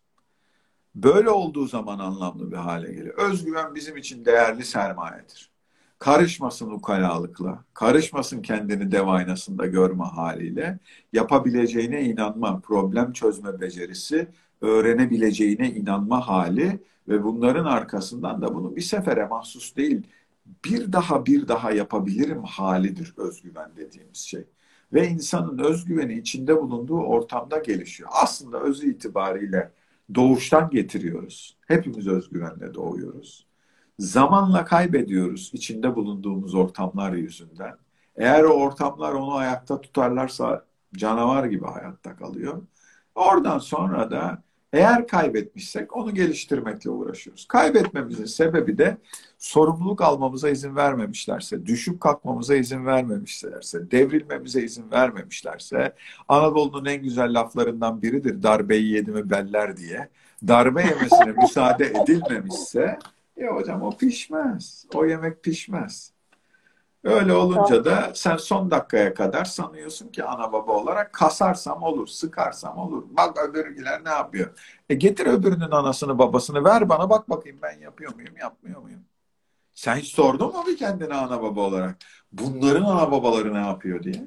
Böyle olduğu zaman anlamlı bir hale geliyor. Özgüven bizim için değerli sermayedir. Karışmasın ukalalıkla, karışmasın kendini dev aynasında görme haliyle, yapabileceğine inanma, problem çözme becerisi, öğrenebileceğine inanma hali ve bunların arkasından da bunu bir sefere mahsus değil, bir daha bir daha yapabilirim halidir özgüven dediğimiz şey. Ve insanın özgüveni içinde bulunduğu ortamda gelişiyor. Aslında özü itibariyle doğuştan getiriyoruz. Hepimiz özgüvenle doğuyoruz. Zamanla kaybediyoruz içinde bulunduğumuz ortamlar yüzünden. Eğer o ortamlar onu ayakta tutarlarsa canavar gibi hayatta kalıyor. Oradan sonra da eğer kaybetmişsek onu geliştirmekle uğraşıyoruz. Kaybetmemizin sebebi de sorumluluk almamıza izin vermemişlerse, düşüp kalkmamıza izin vermemişlerse, devrilmemize izin vermemişlerse, Anadolu'nun en güzel laflarından biridir darbeyi yedi mi beller diye. Darbe yemesine müsaade edilmemişse ya hocam o pişmez. O yemek pişmez. Öyle olunca da sen son dakikaya kadar sanıyorsun ki ana baba olarak kasarsam olur, sıkarsam olur. Bak öbürüler ne yapıyor? E getir öbürünün anasını babasını ver bana bak bakayım ben yapıyor muyum yapmıyor muyum? Sen hiç sordun mu bir kendine ana baba olarak? Bunların ana babaları ne yapıyor diye?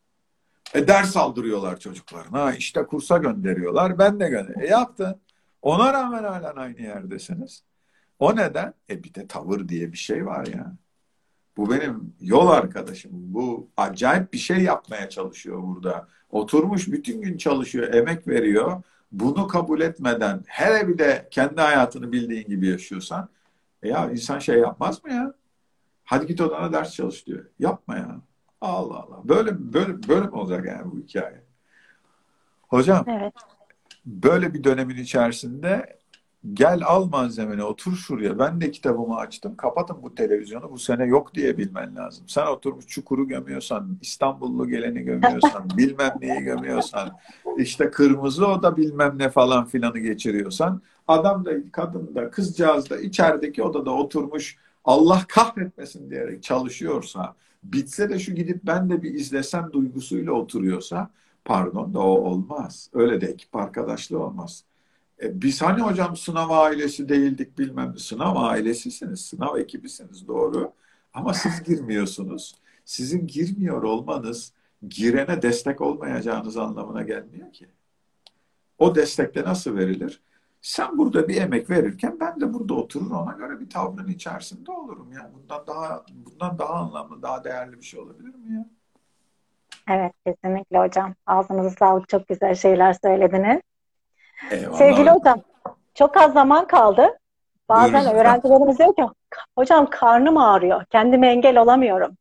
E ders aldırıyorlar çocuklarına. İşte kursa gönderiyorlar. Ben de gönder. E yaptın. Ona rağmen hala aynı yerdesiniz. O neden? E bir de tavır diye bir şey var ya. Bu benim yol arkadaşım. Bu acayip bir şey yapmaya çalışıyor burada. Oturmuş bütün gün çalışıyor, emek veriyor. Bunu kabul etmeden hele bir de kendi hayatını bildiğin gibi yaşıyorsan e ya insan şey yapmaz mı ya? Hadi git odana ders çalış diyor. Yapma ya. Allah Allah. Böyle böyle böyle mi olacak yani bu hikaye? Hocam Evet. böyle bir dönemin içerisinde gel al malzemeni otur şuraya. Ben de kitabımı açtım. Kapatın bu televizyonu. Bu sene yok diye bilmen lazım. Sen oturmuş Çukur'u gömüyorsan, İstanbullu geleni gömüyorsan, bilmem neyi gömüyorsan, işte Kırmızı Oda bilmem ne falan filanı geçiriyorsan, adam da kadın da kızcağız da içerideki odada oturmuş Allah kahretmesin diyerek çalışıyorsa, bitse de şu gidip ben de bir izlesem duygusuyla oturuyorsa, pardon da o olmaz. Öyle de ekip arkadaşlığı olmaz. E, biz hani hocam sınav ailesi değildik bilmem ne. Sınav ailesisiniz, sınav ekibisiniz doğru. Ama siz girmiyorsunuz. Sizin girmiyor olmanız girene destek olmayacağınız anlamına gelmiyor ki. O destek de nasıl verilir? Sen burada bir emek verirken ben de burada oturur ona göre bir tavrın içerisinde olurum. Yani bundan daha bundan daha anlamlı, daha değerli bir şey olabilir mi ya? Evet, kesinlikle hocam. Ağzınıza sağlık. Çok güzel şeyler söylediniz. Eyvallah Sevgili hocam. hocam, çok az zaman kaldı. Buyurun Bazen hocam. öğrencilerimiz diyor ki, hocam karnım ağrıyor. Kendime engel olamıyorum.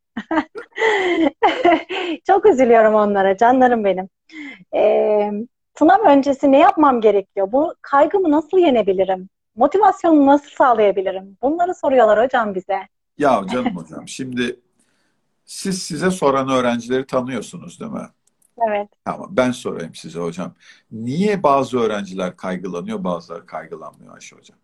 Çok üzülüyorum onlara, canlarım benim. Ee, Sınav öncesi ne yapmam gerekiyor? Bu kaygımı nasıl yenebilirim? Motivasyonumu nasıl sağlayabilirim? Bunları soruyorlar hocam bize. Ya canım hocam şimdi siz size soran öğrencileri tanıyorsunuz değil mi? Evet. Tamam ben sorayım size hocam. Niye bazı öğrenciler kaygılanıyor, bazıları kaygılanmıyor Ayşe hocam?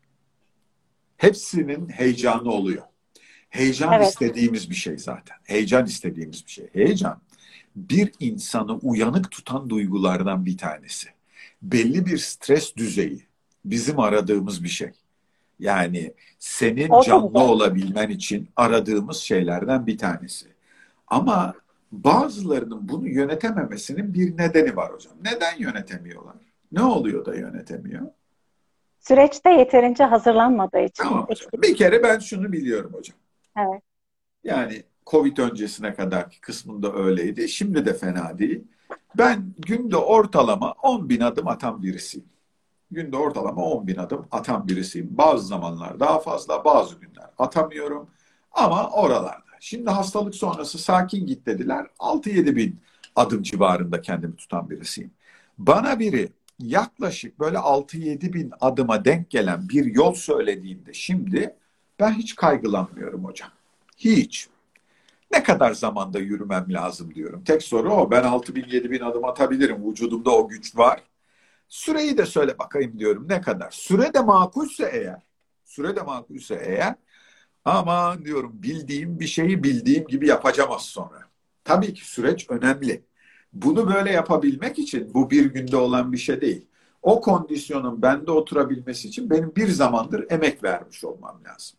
Hepsinin heyecanı oluyor. Heyecan Evet. istediğimiz bir şey zaten. Heyecan istediğimiz bir şey. Heyecan bir insanı uyanık tutan duygulardan bir tanesi. Belli bir stres düzeyi bizim aradığımız bir şey. Yani senin Olsa canlı güzel. olabilmen için aradığımız şeylerden bir tanesi. Ama bazılarının bunu yönetememesinin bir nedeni var hocam. Neden yönetemiyorlar? Ne oluyor da yönetemiyor? Süreçte yeterince hazırlanmadığı için Tamam hocam. eksik. Bir kere ben şunu biliyorum hocam. Evet. Yani Covid öncesine kadarki kısmında öyleydi. Şimdi de fena değil. Ben günde ortalama on bin adım atan birisiyim. Günde ortalama on bin adım atan birisiyim. Bazı zamanlar daha fazla, bazı günler atamıyorum. Ama oralarda. Şimdi hastalık sonrası sakin git dediler. altı yedi bin adım civarında kendimi tutan birisiyim. Bana biri yaklaşık böyle altı yedi bin adıma denk gelen bir yol söylediğinde şimdi ben hiç kaygılanmıyorum hocam. Hiç. Ne kadar zamanda yürümem lazım diyorum. Tek soru o. Ben altı bin yedi bin adım atabilirim. Vücudumda o güç var. Süreyi de söyle bakayım diyorum ne kadar. Süre de makulse eğer, süre de makulse eğer ama diyorum bildiğim bir şeyi bildiğim gibi yapacağım az sonra. Tabii ki süreç önemli. Bunu böyle yapabilmek için bu bir günde olan bir şey değil. O kondisyonun bende oturabilmesi için benim bir zamandır emek vermiş olmam lazım.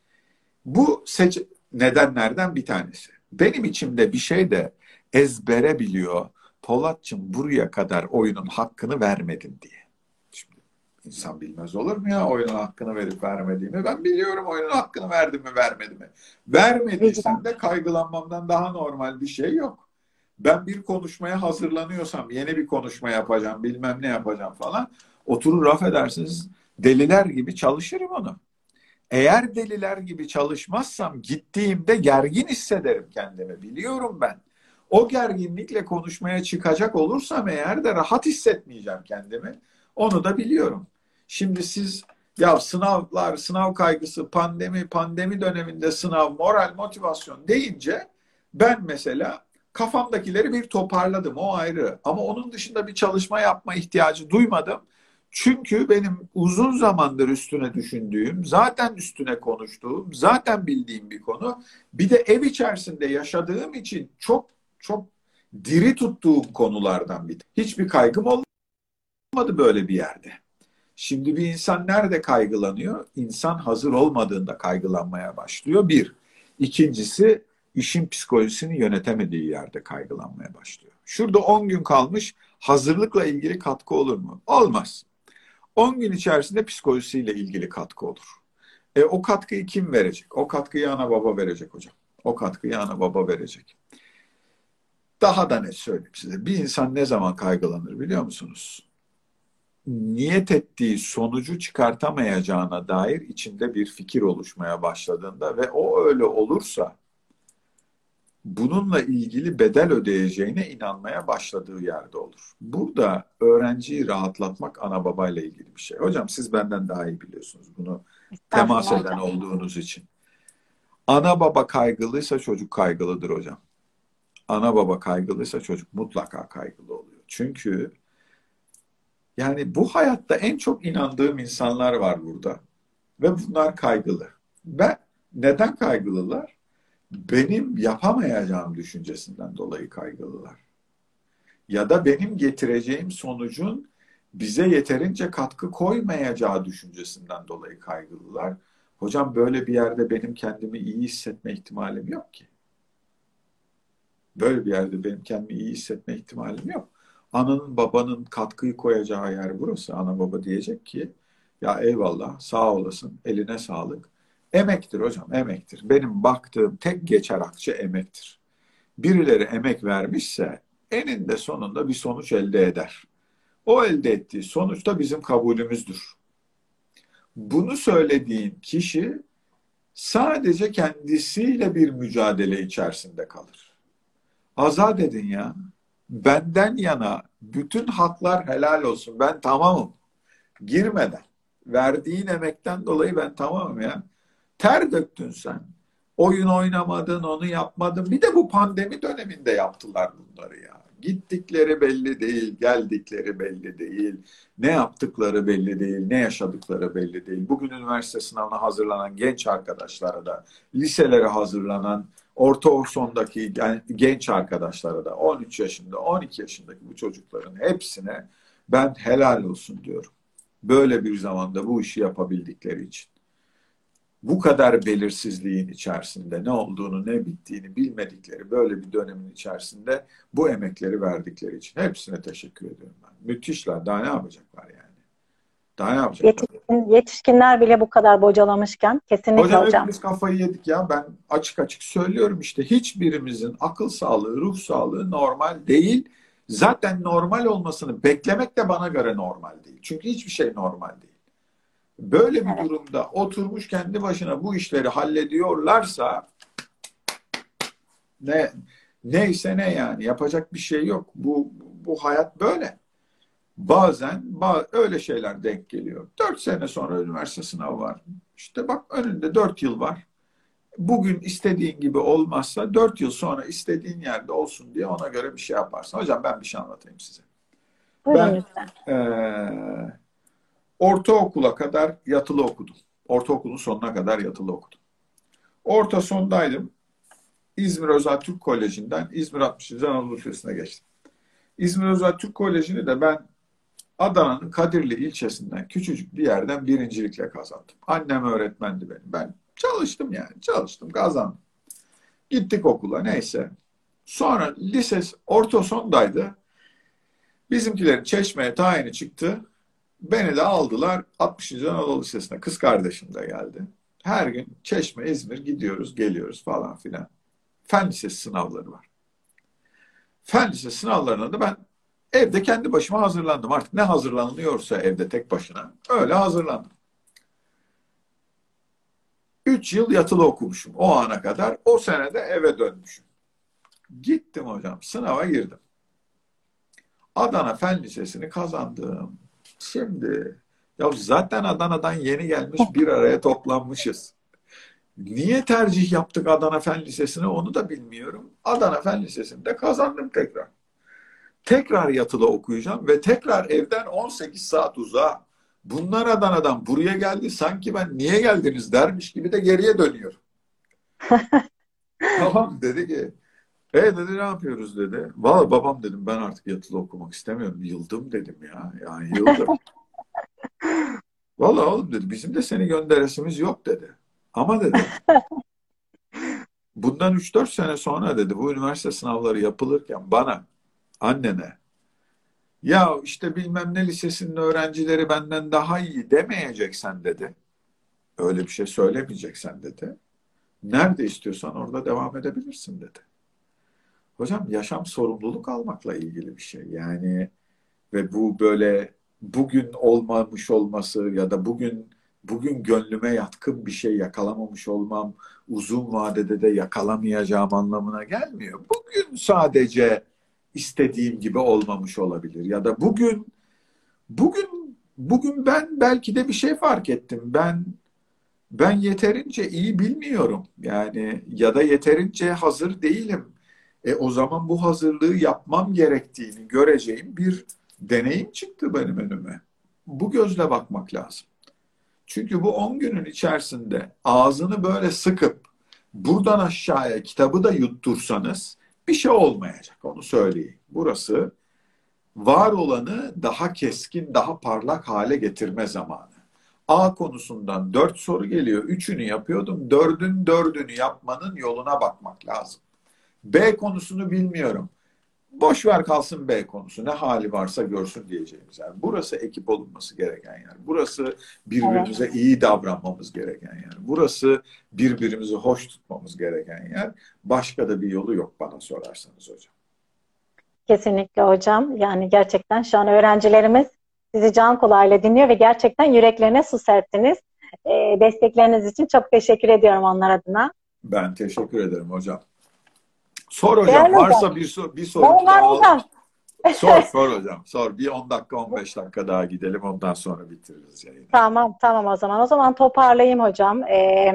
Bu seç nedenlerden bir tanesi. Benim içimde bir şey de ezbere biliyor. Polatçım buraya kadar oyunun hakkını vermedin diye. Şimdi insan bilmez olur mu ya oyunun hakkını verip vermediğimi? Ben biliyorum oyunun hakkını verdim mi vermedi mi? Vicdan. Vermediysem de kaygılanmamdan daha normal bir şey yok. Ben bir konuşmaya hazırlanıyorsam, yeni bir konuşma yapacağım, bilmem ne yapacağım falan, oturur affedersiniz deliler gibi çalışırım onu. Eğer deliler gibi çalışmazsam gittiğimde gergin hissederim kendimi. Biliyorum ben. O gerginlikle konuşmaya çıkacak olursam eğer de rahat hissetmeyeceğim kendimi. Onu da biliyorum. Şimdi siz ya sınavlar, sınav kaygısı, pandemi, pandemi döneminde sınav, moral, motivasyon deyince ben mesela kafamdakileri bir toparladım. O ayrı. Ama onun dışında bir çalışma yapma ihtiyacı duymadım. Çünkü benim uzun zamandır üstüne düşündüğüm, zaten üstüne konuştuğum, zaten bildiğim bir konu. Bir de ev içerisinde yaşadığım için çok çok diri tuttuğum konulardan bir. Hiçbir kaygım olmadı böyle bir yerde. Şimdi bir insan nerede kaygılanıyor? İnsan hazır olmadığında kaygılanmaya başlıyor. Bir. İkincisi işin psikolojisini yönetemediği yerde kaygılanmaya başlıyor. Şurada on gün kalmış hazırlıkla ilgili katkı olur mu? Olmaz. on gün içerisinde psikolojisiyle ilgili katkı olur. E, o katkıyı kim verecek? O katkıyı ana baba verecek hocam. O katkıyı ana baba verecek. Daha da net söyleyeyim size. Bir insan ne zaman kaygılanır biliyor musunuz? niyet ettiği sonucu çıkartamayacağına dair içinde bir fikir oluşmaya başladığında ve o öyle olursa bununla ilgili bedel ödeyeceğine inanmaya başladığı yerde olur. Burada öğrenciyi rahatlatmak ana babayla ilgili bir şey. Hocam siz benden daha iyi biliyorsunuz bunu, temas Estağfurullah eden hocam. olduğunuz için. Ana baba kaygılıysa çocuk kaygılıdır hocam. Ana baba kaygılıysa çocuk mutlaka kaygılı oluyor. Çünkü yani bu hayatta en çok inandığım insanlar var burada. Ve bunlar kaygılı. Ve neden kaygılılar? Benim yapamayacağım düşüncesinden dolayı kaygılılar. Ya da benim getireceğim sonucun bize yeterince katkı koymayacağı düşüncesinden dolayı kaygılılar. Hocam böyle bir yerde benim kendimi iyi hissetme ihtimalim yok ki. Böyle bir yerde benim kendimi iyi hissetme ihtimalim yok. Ananın babanın katkıyı koyacağı yer burası. Ana baba diyecek ki ya eyvallah sağ olasın eline sağlık. Emektir hocam emektir. Benim baktığım tek geçer akçe emektir. Birileri emek vermişse eninde sonunda bir sonuç elde eder. O elde ettiği sonuç da bizim kabulümüzdür. Bunu söylediğin kişi sadece kendisiyle bir mücadele içerisinde kalır. Azat edin ya. Benden yana bütün haklar helal olsun. Ben tamamım. Girmeden. Verdiğin emekten dolayı ben tamamım ya. Ter döktün sen. Oyun oynamadın, onu yapmadın. Bir de bu pandemi döneminde yaptılar bunları ya. Gittikleri belli değil, geldikleri belli değil. Ne yaptıkları belli değil, ne yaşadıkları belli değil. Bugün üniversite sınavına hazırlanan genç arkadaşlara da, liselere hazırlanan orta sondaki genç arkadaşlara da on üç yaşında, on iki yaşındaki bu çocukların hepsine ben helal olsun diyorum. Böyle bir zamanda bu işi yapabildikleri için. Bu kadar belirsizliğin içerisinde ne olduğunu ne bittiğini bilmedikleri böyle bir dönemin içerisinde bu emekleri verdikleri için hepsine teşekkür ediyorum ben. Müthişler. Daha ne yapacaklar yani? Daha ne yapacaklar? Yetişkin, yetişkinler bile bu kadar bocalamışken kesinlikle Hocam hocam. hepimiz kafayı yedik ya. Ben açık açık söylüyorum işte hiçbirimizin akıl sağlığı, ruh sağlığı normal değil. Zaten normal olmasını beklemek de bana göre normal değil. Çünkü hiçbir şey normal değil. Böyle bir Evet. durumda oturmuş kendi başına bu işleri hallediyorlarsa ne neyse ne yani yapacak bir şey yok. Bu bu hayat böyle. Bazen ba- öyle şeyler denk geliyor. Dört sene sonra üniversite sınavı var. İşte bak önünde dört yıl var. Bugün istediğin gibi olmazsa dört yıl sonra istediğin yerde olsun diye ona göre bir şey yaparsın. Hocam ben bir şey anlatayım size. Buyurun Ben lütfen. eee ortaokula kadar yatılı okudum. Ortaokulun sonuna kadar yatılı okudum. Orta sondaydım. İzmir Özel Türk Koleji'nden İzmir altmışıncı Anadolu Lisesi'ne geçtim. İzmir Özel Türk Koleji'ni de ben Adana'nın Kadirli ilçesinden küçücük bir yerden birincilikle kazandım. Annem öğretmendi benim. Ben çalıştım yani. Çalıştım, kazandım. Gittik okula neyse. Sonra lise orta sondaydı. Bizimkilerin Çeşme'ye tayini çıktı. Beni de aldılar altmışıncı Anadolu Lisesi'ne. Kız kardeşim de geldi. Her gün Çeşme, İzmir gidiyoruz, geliyoruz falan filan. Fen Lisesi sınavları var. Fen Lisesi sınavlarına da ben evde kendi başıma hazırlandım. Artık ne hazırlanıyorsa evde tek başına öyle hazırlandım. Üç yıl yatılı okumuşum o ana kadar. O sene de eve dönmüşüm. Gittim hocam sınava girdim. Adana Fen Lisesi'ni kazandım. Şimdi ya zaten Adana'dan yeni gelmiş bir araya toplanmışız. Niye tercih yaptık Adana Fen Lisesi'ne onu da bilmiyorum. Adana Fen Lisesi'nde kazandım tekrar. Tekrar yatılı okuyacağım ve tekrar evden on sekiz saat uzağa. Bunlar Adana'dan buraya geldi. Sanki ben niye geldiniz dermiş gibi de geriye dönüyor. Tamam dedi ki e dedi ne yapıyoruz dedi. Valla babam dedim ben artık yatılı okumak istemiyorum. Yıldım dedim ya. Yani yıldım. Valla oğlum dedi bizim de seni gönderesimiz yok dedi. Ama dedi bundan üç dört sene sonra dedi bu üniversite sınavları yapılırken bana annene ya işte bilmem ne lisesinin öğrencileri benden daha iyi demeyeceksen dedi. Öyle bir şey söylemeyeceksen dedi. Nerede istiyorsan orada devam edebilirsin dedi. Hocam yaşam sorumluluk almakla ilgili bir şey. Yani ve bu böyle bugün olmamış olması ya da bugün bugün gönlüme yatkın bir şey yakalamamış olmam uzun vadede de yakalamayacağım anlamına gelmiyor. Bugün sadece istediğim gibi olmamış olabilir ya da bugün bugün bugün ben belki de bir şey fark ettim. Ben ben yeterince iyi bilmiyorum. Yani ya da yeterince hazır değilim. E o zaman bu hazırlığı yapmam gerektiğini göreceğim bir deneyim çıktı benim önüme. Bu gözle bakmak lazım. Çünkü bu on günün içerisinde ağzını böyle sıkıp buradan aşağıya kitabı da yuttursanız bir şey olmayacak. Onu söyleyeyim. Burası var olanı daha keskin, daha parlak hale getirme zamanı. A konusundan dört soru geliyor. Üçünü yapıyordum. Dördün dördünü yapmanın yoluna bakmak lazım. B konusunu bilmiyorum. Boş ver kalsın B konusu. Ne hali varsa görsün diyeceğimiz yer. Burası ekip olunması gereken yer. Burası birbirimize Evet. iyi davranmamız gereken yer. Burası birbirimizi hoş tutmamız gereken yer. Başka da bir yolu yok bana sorarsanız hocam. Kesinlikle hocam. Yani gerçekten şu an öğrencilerimiz sizi can kulağıyla dinliyor ve gerçekten yüreklerine su serptiniz. Ee, destekleriniz için çok teşekkür ediyorum onlar adına. Ben teşekkür ederim hocam. Sor hocam. Değerli hocam. Varsa bir, sor, bir sorun Var var daha al. hocam. Sor, sor hocam. Sor. Bir on dakika, on beş dakika daha gidelim. Ondan sonra bitiririz yayını. Tamam tamam o zaman. O zaman toparlayayım hocam. Ee,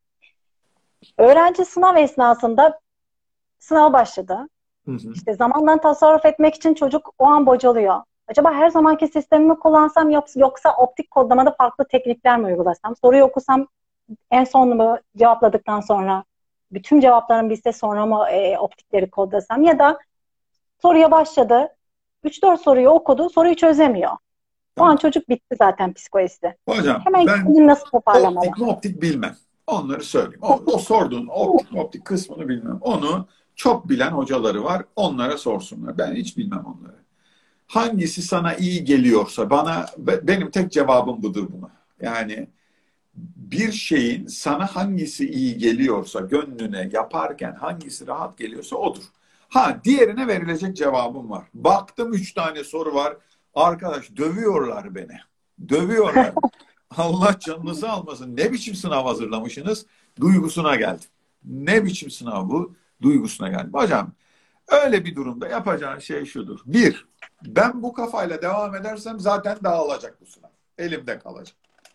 öğrenci sınav esnasında sınava başladı. Hı hı. İşte zamandan tasarruf etmek için çocuk o an bocalıyor. Acaba her zamanki sistemimi kullansam yoksa, yoksa optik kodlamada farklı teknikler mi uygulasam? Soruyu okusam en son mu cevapladıktan sonra bütün cevapların bilse sonra mı e, optikleri kodlasam? Ya da soruya başladı. üç dört soruyu okudu. Soruyu çözemiyor. O an Tamam. çocuk bitti zaten psikolojisi. Hocam Hemen ben kendini nasıl toparlamalı? optik mi optik bilmem. Onları söyleyeyim. O, o sorduğun optik mi optik kısmını bilmem. Onu çok bilen hocaları var. Onlara sorsunlar. Ben hiç bilmem onları. Hangisi sana iyi geliyorsa bana benim tek cevabım budur buna. Yani bir şeyin sana hangisi iyi geliyorsa gönlüne yaparken hangisi rahat geliyorsa odur. Ha diğerine verilecek cevabım var. Baktım üç tane soru var. Arkadaş dövüyorlar beni. Dövüyorlar. Allah canınızı almasın. Ne biçim sınav hazırlamışsınız? Duygusuna geldim. Ne biçim sınav bu? Duygusuna geldim. Hocam öyle bir durumda yapacağın şey şudur. Bir, ben bu kafayla devam edersem zaten dağılacak bu sınav. Elimde kalacak.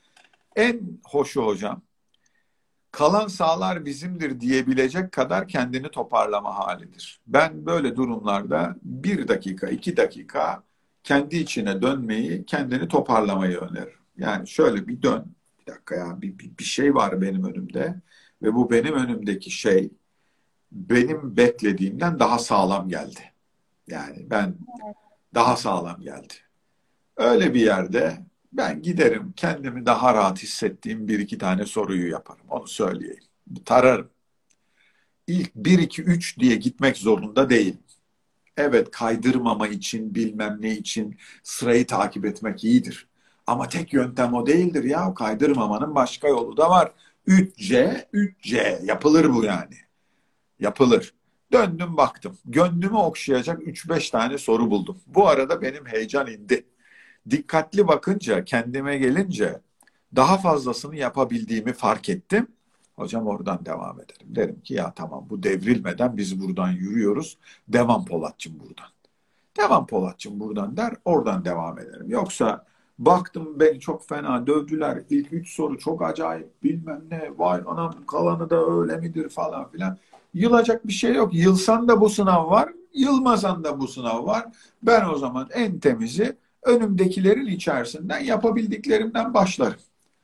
En hoşu hocam, kalan sağlar bizimdir diyebilecek kadar kendini toparlama halidir. Ben böyle durumlarda bir dakika, iki dakika kendi içine dönmeyi, kendini toparlamayı öneririm. Yani şöyle bir dön, bir dakika ya bir, bir, bir şey var benim önümde ve bu benim önümdeki şey benim beklediğimden daha sağlam geldi. Yani ben daha sağlam geldi. Öyle bir yerde ben giderim kendimi daha rahat hissettiğim bir iki tane soruyu yaparım. Onu söyleyeyim. Tararım. İlk bir iki üç diye gitmek zorunda değil. Evet kaydırmama için bilmem ne için sırayı takip etmek iyidir. Ama tek yöntem o değildir ya. Kaydırmamanın başka yolu da var. üç C, üç C yapılır bu yani. Yapılır. Döndüm baktım. Gönlümü okşayacak üç beş tane soru buldum. Bu arada benim heyecan indi. Dikkatli bakınca, kendime gelince daha fazlasını yapabildiğimi fark ettim. Hocam oradan devam ederim. Derim ki ya tamam bu devrilmeden biz buradan yürüyoruz. Devam Polatçım buradan. Devam Polatçım buradan der, oradan devam ederim. Yoksa baktım beni çok fena dövdüler. İlk üç soru çok acayip bilmem ne. Vay anam kalanı da öyle midir falan filan. Yılacak bir şey yok. Yılsan da bu sınav var. Yılmasan da bu sınav var. Ben o zaman en temizi önümdekilerin içerisinden yapabildiklerimden başlarım.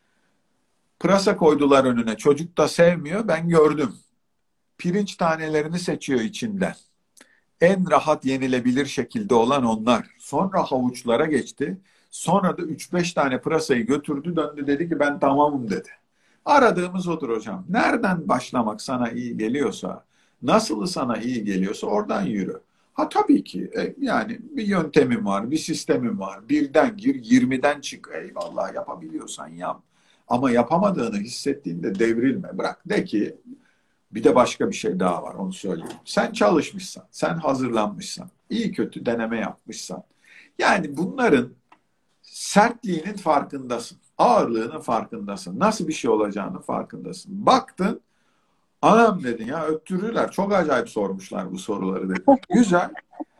Pırasa koydular önüne. Çocuk da sevmiyor. Ben gördüm. Pirinç tanelerini seçiyor içinden. En rahat yenilebilir şekilde olan onlar. Sonra havuçlara geçti. Sonra da üç beş tane pırasayı götürdü döndü dedi ki ben tamamım dedi. Aradığımız odur hocam. Nereden başlamak sana iyi geliyorsa, nasılı sana iyi geliyorsa oradan yürü. Ha tabii ki e, yani bir yöntemim var, bir sistemim var. Birden gir, yirmiden çık. Eyvallah yapabiliyorsan yap. Ama yapamadığını hissettiğinde devrilme. Bırak de ki bir de başka bir şey daha var onu söyleyeyim. Sen çalışmışsan, sen hazırlanmışsan, iyi kötü deneme yapmışsan. Yani bunların sertliğinin farkındasın. Ağırlığının farkındasın. Nasıl bir şey olacağını farkındasın. Baktın, anam dedin ya, öttürürler. Çok acayip sormuşlar bu soruları dedin. Güzel.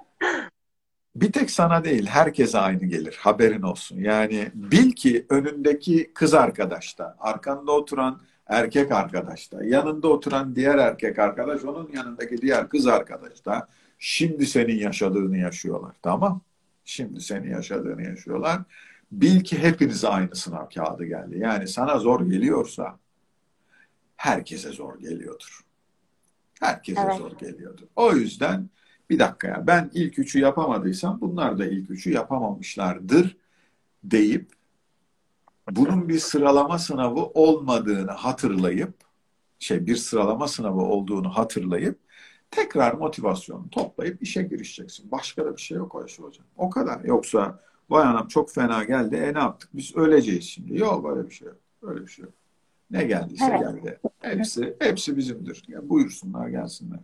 Bir tek sana değil, herkese aynı gelir. Haberin olsun. Yani bil ki önündeki kız arkadaş da, arkanda oturan erkek arkadaş da, yanında oturan diğer erkek arkadaş, onun yanındaki diğer kız arkadaş da şimdi senin yaşadığını yaşıyorlar. Tamam? Şimdi senin yaşadığını yaşıyorlar. Bil ki hepinize aynı sınav kağıdı geldi. Yani sana zor geliyorsa herkese zor geliyordur. Herkese Evet. zor geliyordur. O yüzden bir dakika ya, ben ilk üçü yapamadıysam bunlar da ilk üçü yapamamışlardır deyip bunun bir sıralama sınavı olmadığını hatırlayıp şey bir sıralama sınavı olduğunu hatırlayıp tekrar motivasyonu toplayıp işe girişeceksin. Başka da bir şey yok Ayşe Hocam. O kadar. Yoksa vay anam çok fena geldi. E ne yaptık? Biz öleceğiz şimdi. Yok, öyle bir şey yok. Öyle bir şey yok. Ne geldiyse Evet. geldi. Hepsi, hepsi bizimdir. Yani buyursunlar, gelsinler.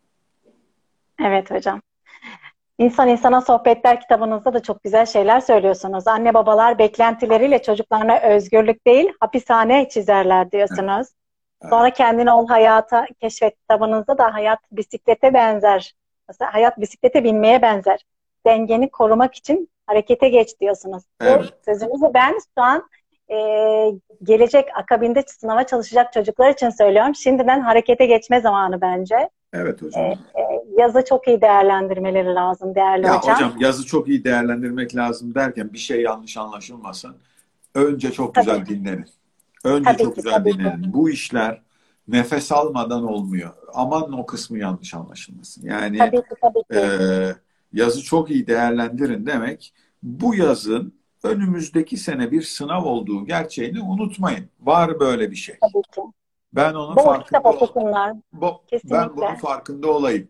Evet hocam. İnsan İnsana Sohbetler kitabınızda da çok güzel şeyler söylüyorsunuz. Anne babalar beklentileriyle çocuklarına özgürlük değil, hapishane çizerler diyorsunuz. Evet. Sonra Kendini Ol Hayata Keşfet kitabınızda da hayat bisiklete benzer. Mesela hayat bisiklete binmeye benzer. Dengeni korumak için harekete geç diyorsunuz. Evet. Bu sözünüzü ben şu an e, gelecek akabinde sınava çalışacak çocuklar için söylüyorum. Şimdiden harekete geçme zamanı bence. Evet hocam. E, e, yazı çok iyi değerlendirmeleri lazım değerli Ya hocam. hocam, yazı çok iyi değerlendirmek lazım derken bir şey yanlış anlaşılmasın. Önce çok Tabii. güzel dinlenin. Önce Tabii çok ki, güzel tabii ki. dinlenin. Bu işler nefes almadan olmuyor. Aman o kısmı yanlış anlaşılmasın. Yani Tabii ki, tabii e, ki. yazı çok iyi değerlendirin demek, bu yazın önümüzdeki sene bir sınav olduğu gerçeğini unutmayın. Var böyle bir şey. Tabii ki. Ben onun Bol kitap farkında okusunlar. bu, ben bunun Kesinlikle. farkında olayım.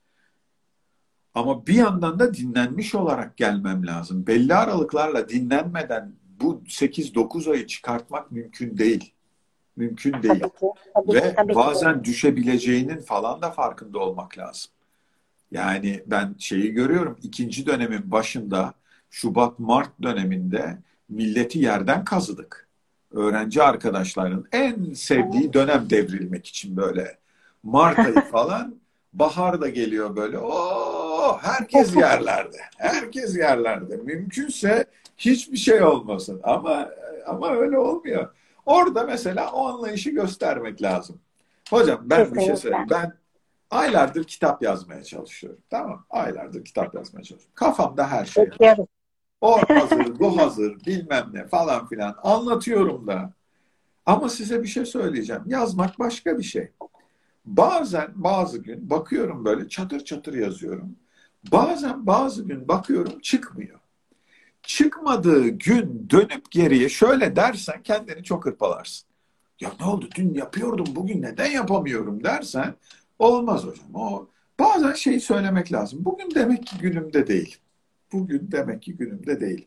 Ama bir yandan da dinlenmiş olarak gelmem lazım. Belli aralıklarla dinlenmeden bu sekiz dokuz ayı çıkartmak mümkün değil. Mümkün değil. Tabii ki. Tabii ki, Ve tabii ki. bazen düşebileceğinin falan da farkında olmak lazım. Yani ben şeyi görüyorum, ikinci dönemin başında, Şubat-Mart döneminde milleti yerden kazıdık. Öğrenci arkadaşların en sevdiği dönem devrilmek için böyle. Mart ayı falan, bahar da geliyor böyle. Oo, herkes yerlerde. Herkes yerlerde. Mümkünse hiçbir şey olmasın. Ama ama öyle olmuyor. Orada mesela o anlayışı göstermek lazım. Hocam ben bir şey Kesinlikle. söyleyeyim. Ben aylardır kitap yazmaya çalışıyorum. Tamam, aylardır kitap yazmaya çalışıyorum. Kafamda her şey var. Bekliyoruz. O hazır, bu hazır, bilmem ne falan filan. Anlatıyorum da. Ama size bir şey söyleyeceğim. Yazmak başka bir şey. Bazen bazı gün bakıyorum böyle çatır çatır yazıyorum. Bazen bazı gün bakıyorum çıkmıyor. Çıkmadığı gün dönüp geriye şöyle dersen kendini çok hırpalarsın. Ya ne oldu, dün yapıyordum, bugün neden yapamıyorum dersen olmaz hocam. O bazen şeyi söylemek lazım. Bugün demek ki günümde değil. Bugün demek ki günümde değil.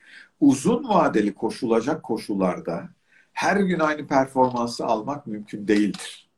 Uzun vadeli koşulacak koşullarda her gün aynı performansı almak mümkün değildir.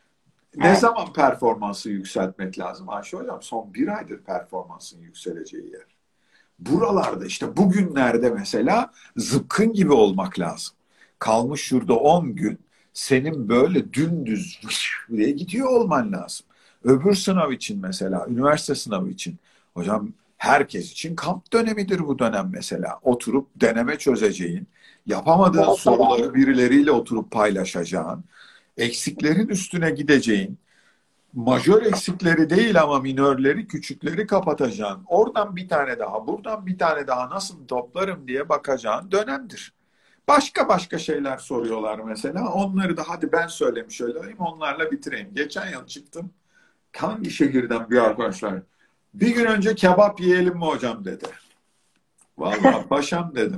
Ne Evet. zaman performansı yükseltmek lazım Ayşe Hocam? Son bir aydır performansın yükseleceği yer. Buralarda işte bugünlerde mesela zıpkın gibi olmak lazım. Kalmış şurada on gün senin böyle dümdüz diye gidiyor olman lazım. Öbür sınav için mesela, üniversite sınavı için hocam, herkes için kamp dönemidir bu dönem mesela. Oturup deneme çözeceğin, yapamadığın Evet, soruları birileriyle oturup paylaşacağın, eksiklerin üstüne gideceğin, majör eksikleri değil ama minörleri, küçükleri kapatacaksın. Oradan bir tane daha, buradan bir tane daha nasıl toplarım diye bakacağın dönemdir. Başka başka şeyler soruyorlar mesela. Onları da hadi ben söylemiş olayım, onlarla bitireyim. Geçen yıl çıktım. Hangi şehirden bir arkadaşlar? Bir gün önce kebap yiyelim mi hocam dedi. Vallahi paşam dedim.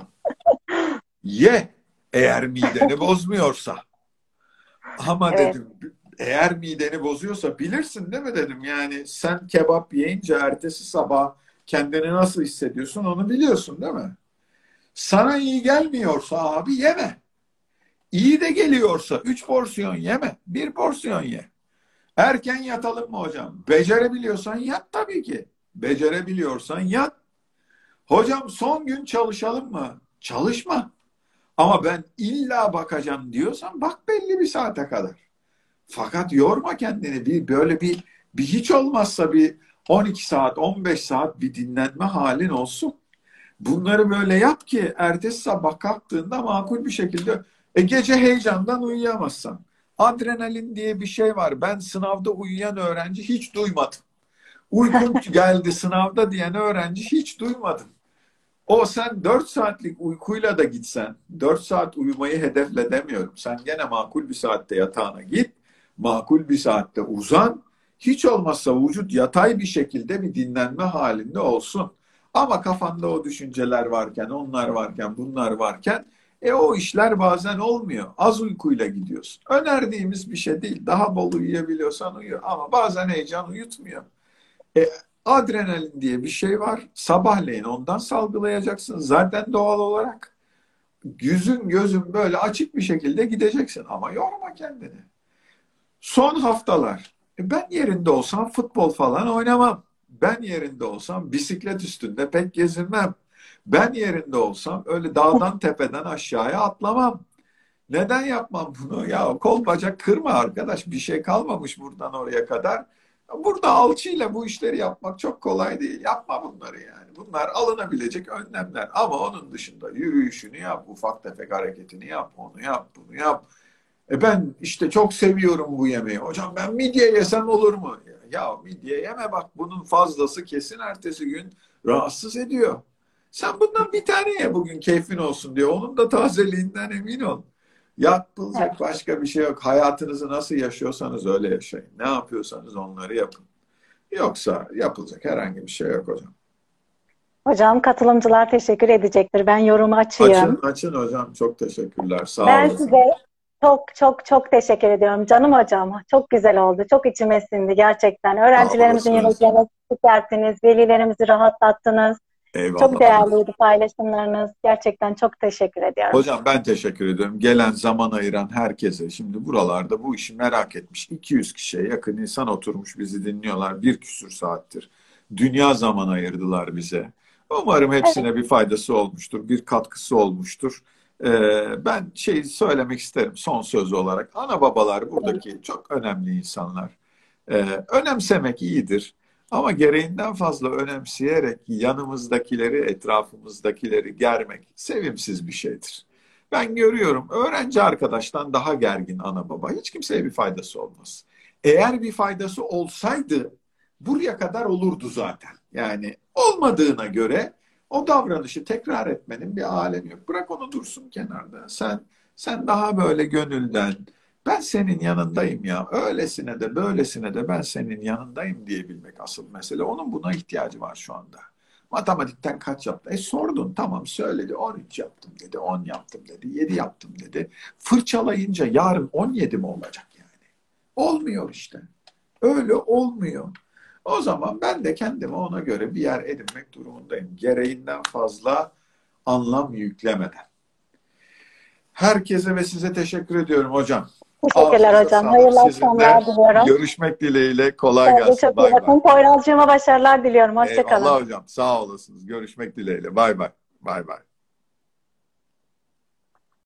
Ye, eğer mideni bozmuyorsa. Ama evet. dedim, eğer mideni bozuyorsa bilirsin değil mi dedim. Yani sen kebap yiyince ertesi sabah kendini nasıl hissediyorsun onu biliyorsun değil mi? Sana iyi gelmiyorsa abi yeme. İyi de geliyorsa üç porsiyon yeme. Bir porsiyon ye. Erken yatalım mı hocam? Becerebiliyorsan yat tabii ki. Becerebiliyorsan yat. Hocam son gün çalışalım mı? Çalışma. Ama ben illa bakacağım diyorsan bak belli bir saate kadar. Fakat yorma kendini. Bir böyle bir bir hiç olmazsa bir on iki saat, on beş saat bir dinlenme halin olsun. Bunları böyle yap ki ertesi sabah kalktığında makul bir şekilde e, gece heyecandan uyuyamazsan. Adrenalin diye bir şey var. Ben sınavda uyuyan öğrenci hiç duymadım. Uykum geldi sınavda diyen öğrenci hiç duymadım. O sen dört saatlik uykuyla da gitsen, dört saat uyumayı hedefle demiyorum. Sen gene makul bir saatte yatağına git, makul bir saatte uzan. Hiç olmazsa vücut yatay bir şekilde bir dinlenme halinde olsun. Ama kafanda o düşünceler varken, onlar varken, bunlar varken e o işler bazen olmuyor. Az uykuyla gidiyorsun. Önerdiğimiz bir şey değil. Daha bol uyuyabiliyorsan uyu. Ama bazen heyecan uyutmuyor. E, adrenalin diye bir şey var. Sabahleyin ondan salgılayacaksın. Zaten doğal olarak yüzün gözün böyle açık bir şekilde gideceksin. Ama yorma kendini. Son haftalar. E, ben yerinde olsam futbol falan oynamam. Ben yerinde olsam bisiklet üstünde pek gezinmem. Ben yerinde olsam öyle dağdan tepeden aşağıya atlamam. Neden yapmam bunu? Ya kol bacak kırma arkadaş. Bir şey kalmamış buradan oraya kadar. Burada alçıyla bu işleri yapmak çok kolay değil. Yapma bunları yani. Bunlar alınabilecek önlemler. Ama onun dışında yürüyüşünü yap, ufak tefek hareketini yap, onu yap, bunu yap. E ben işte çok seviyorum bu yemeği. Hocam ben midye yesem olur mu? Ya midye yeme bak bunun fazlası kesin ertesi gün rahatsız ediyor. Sen bundan bir tane ye bugün keyfin olsun diyor. Onun da tazeliğinden emin ol. Yapılacak başka bir şey yok. Hayatınızı nasıl yaşıyorsanız öyle yaşayın. Ne yapıyorsanız onları yapın. Yoksa yapılacak herhangi bir şey yok hocam. Hocam katılımcılar teşekkür edecektir. Ben yorumu açayım. Açın, açın hocam. Çok teşekkürler. Sağ Ben olasın. size çok çok çok teşekkür ediyorum. Canım hocam. Çok güzel oldu. Çok içime sindi gerçekten. Öğrencilerimizin yüreklerini tükettiniz. Velilerimizi rahatlattınız. Eyvallah. Çok değerliydi paylaşımlarınız. Gerçekten çok teşekkür ediyorum. Hocam ben teşekkür ediyorum. Gelen zaman ayıran herkese. Şimdi buralarda bu işi merak etmiş. iki yüz kişiye yakın insan oturmuş bizi dinliyorlar. Bir küsür saattir. Dünya zaman ayırdılar bize. Umarım hepsine evet. bir faydası olmuştur. Bir katkısı olmuştur. Ee, ben şey söylemek isterim son söz olarak. Ana babalar buradaki evet. çok önemli insanlar. Ee, önemsemek iyidir. Ama gereğinden fazla önemseyerek yanımızdakileri, etrafımızdakileri germek sevimsiz bir şeydir. Ben görüyorum öğrenci arkadaştan daha gergin ana baba. Hiç kimseye bir faydası olmaz. Eğer bir faydası olsaydı buraya kadar olurdu zaten. Yani olmadığına göre o davranışı tekrar etmenin bir alemi yok. Bırak onu dursun kenarda. Sen sen daha böyle gönülden ben senin yanındayım ya. Öylesine de böylesine de ben senin yanındayım diyebilmek asıl mesele. Onun buna ihtiyacı var şu anda. Matematikten kaç yaptı? E sordun tamam söyledi. on üç yaptım dedi. on yaptım dedi. yedi yaptım dedi. Fırçalayınca yarın on yedi mi olacak yani? Olmuyor işte. Öyle olmuyor. O zaman ben de kendime ona göre bir yer edinmek durumundayım. Gereğinden fazla anlam yüklemeden. Herkese ve size teşekkür ediyorum hocam. Teşekkürler Ağzınıza hocam. sağlık. Hayırlı Sizinle akşamlar diliyorum. görüşmek dileğiyle. Kolay Evet, gelsin. çok Bay iyi bakın. bay. Poyrazcığıma başarılar diliyorum. Hoşçakalın. Eyvallah hocam. Sağ olasınız. Görüşmek dileğiyle. Bay bay. Bay bay.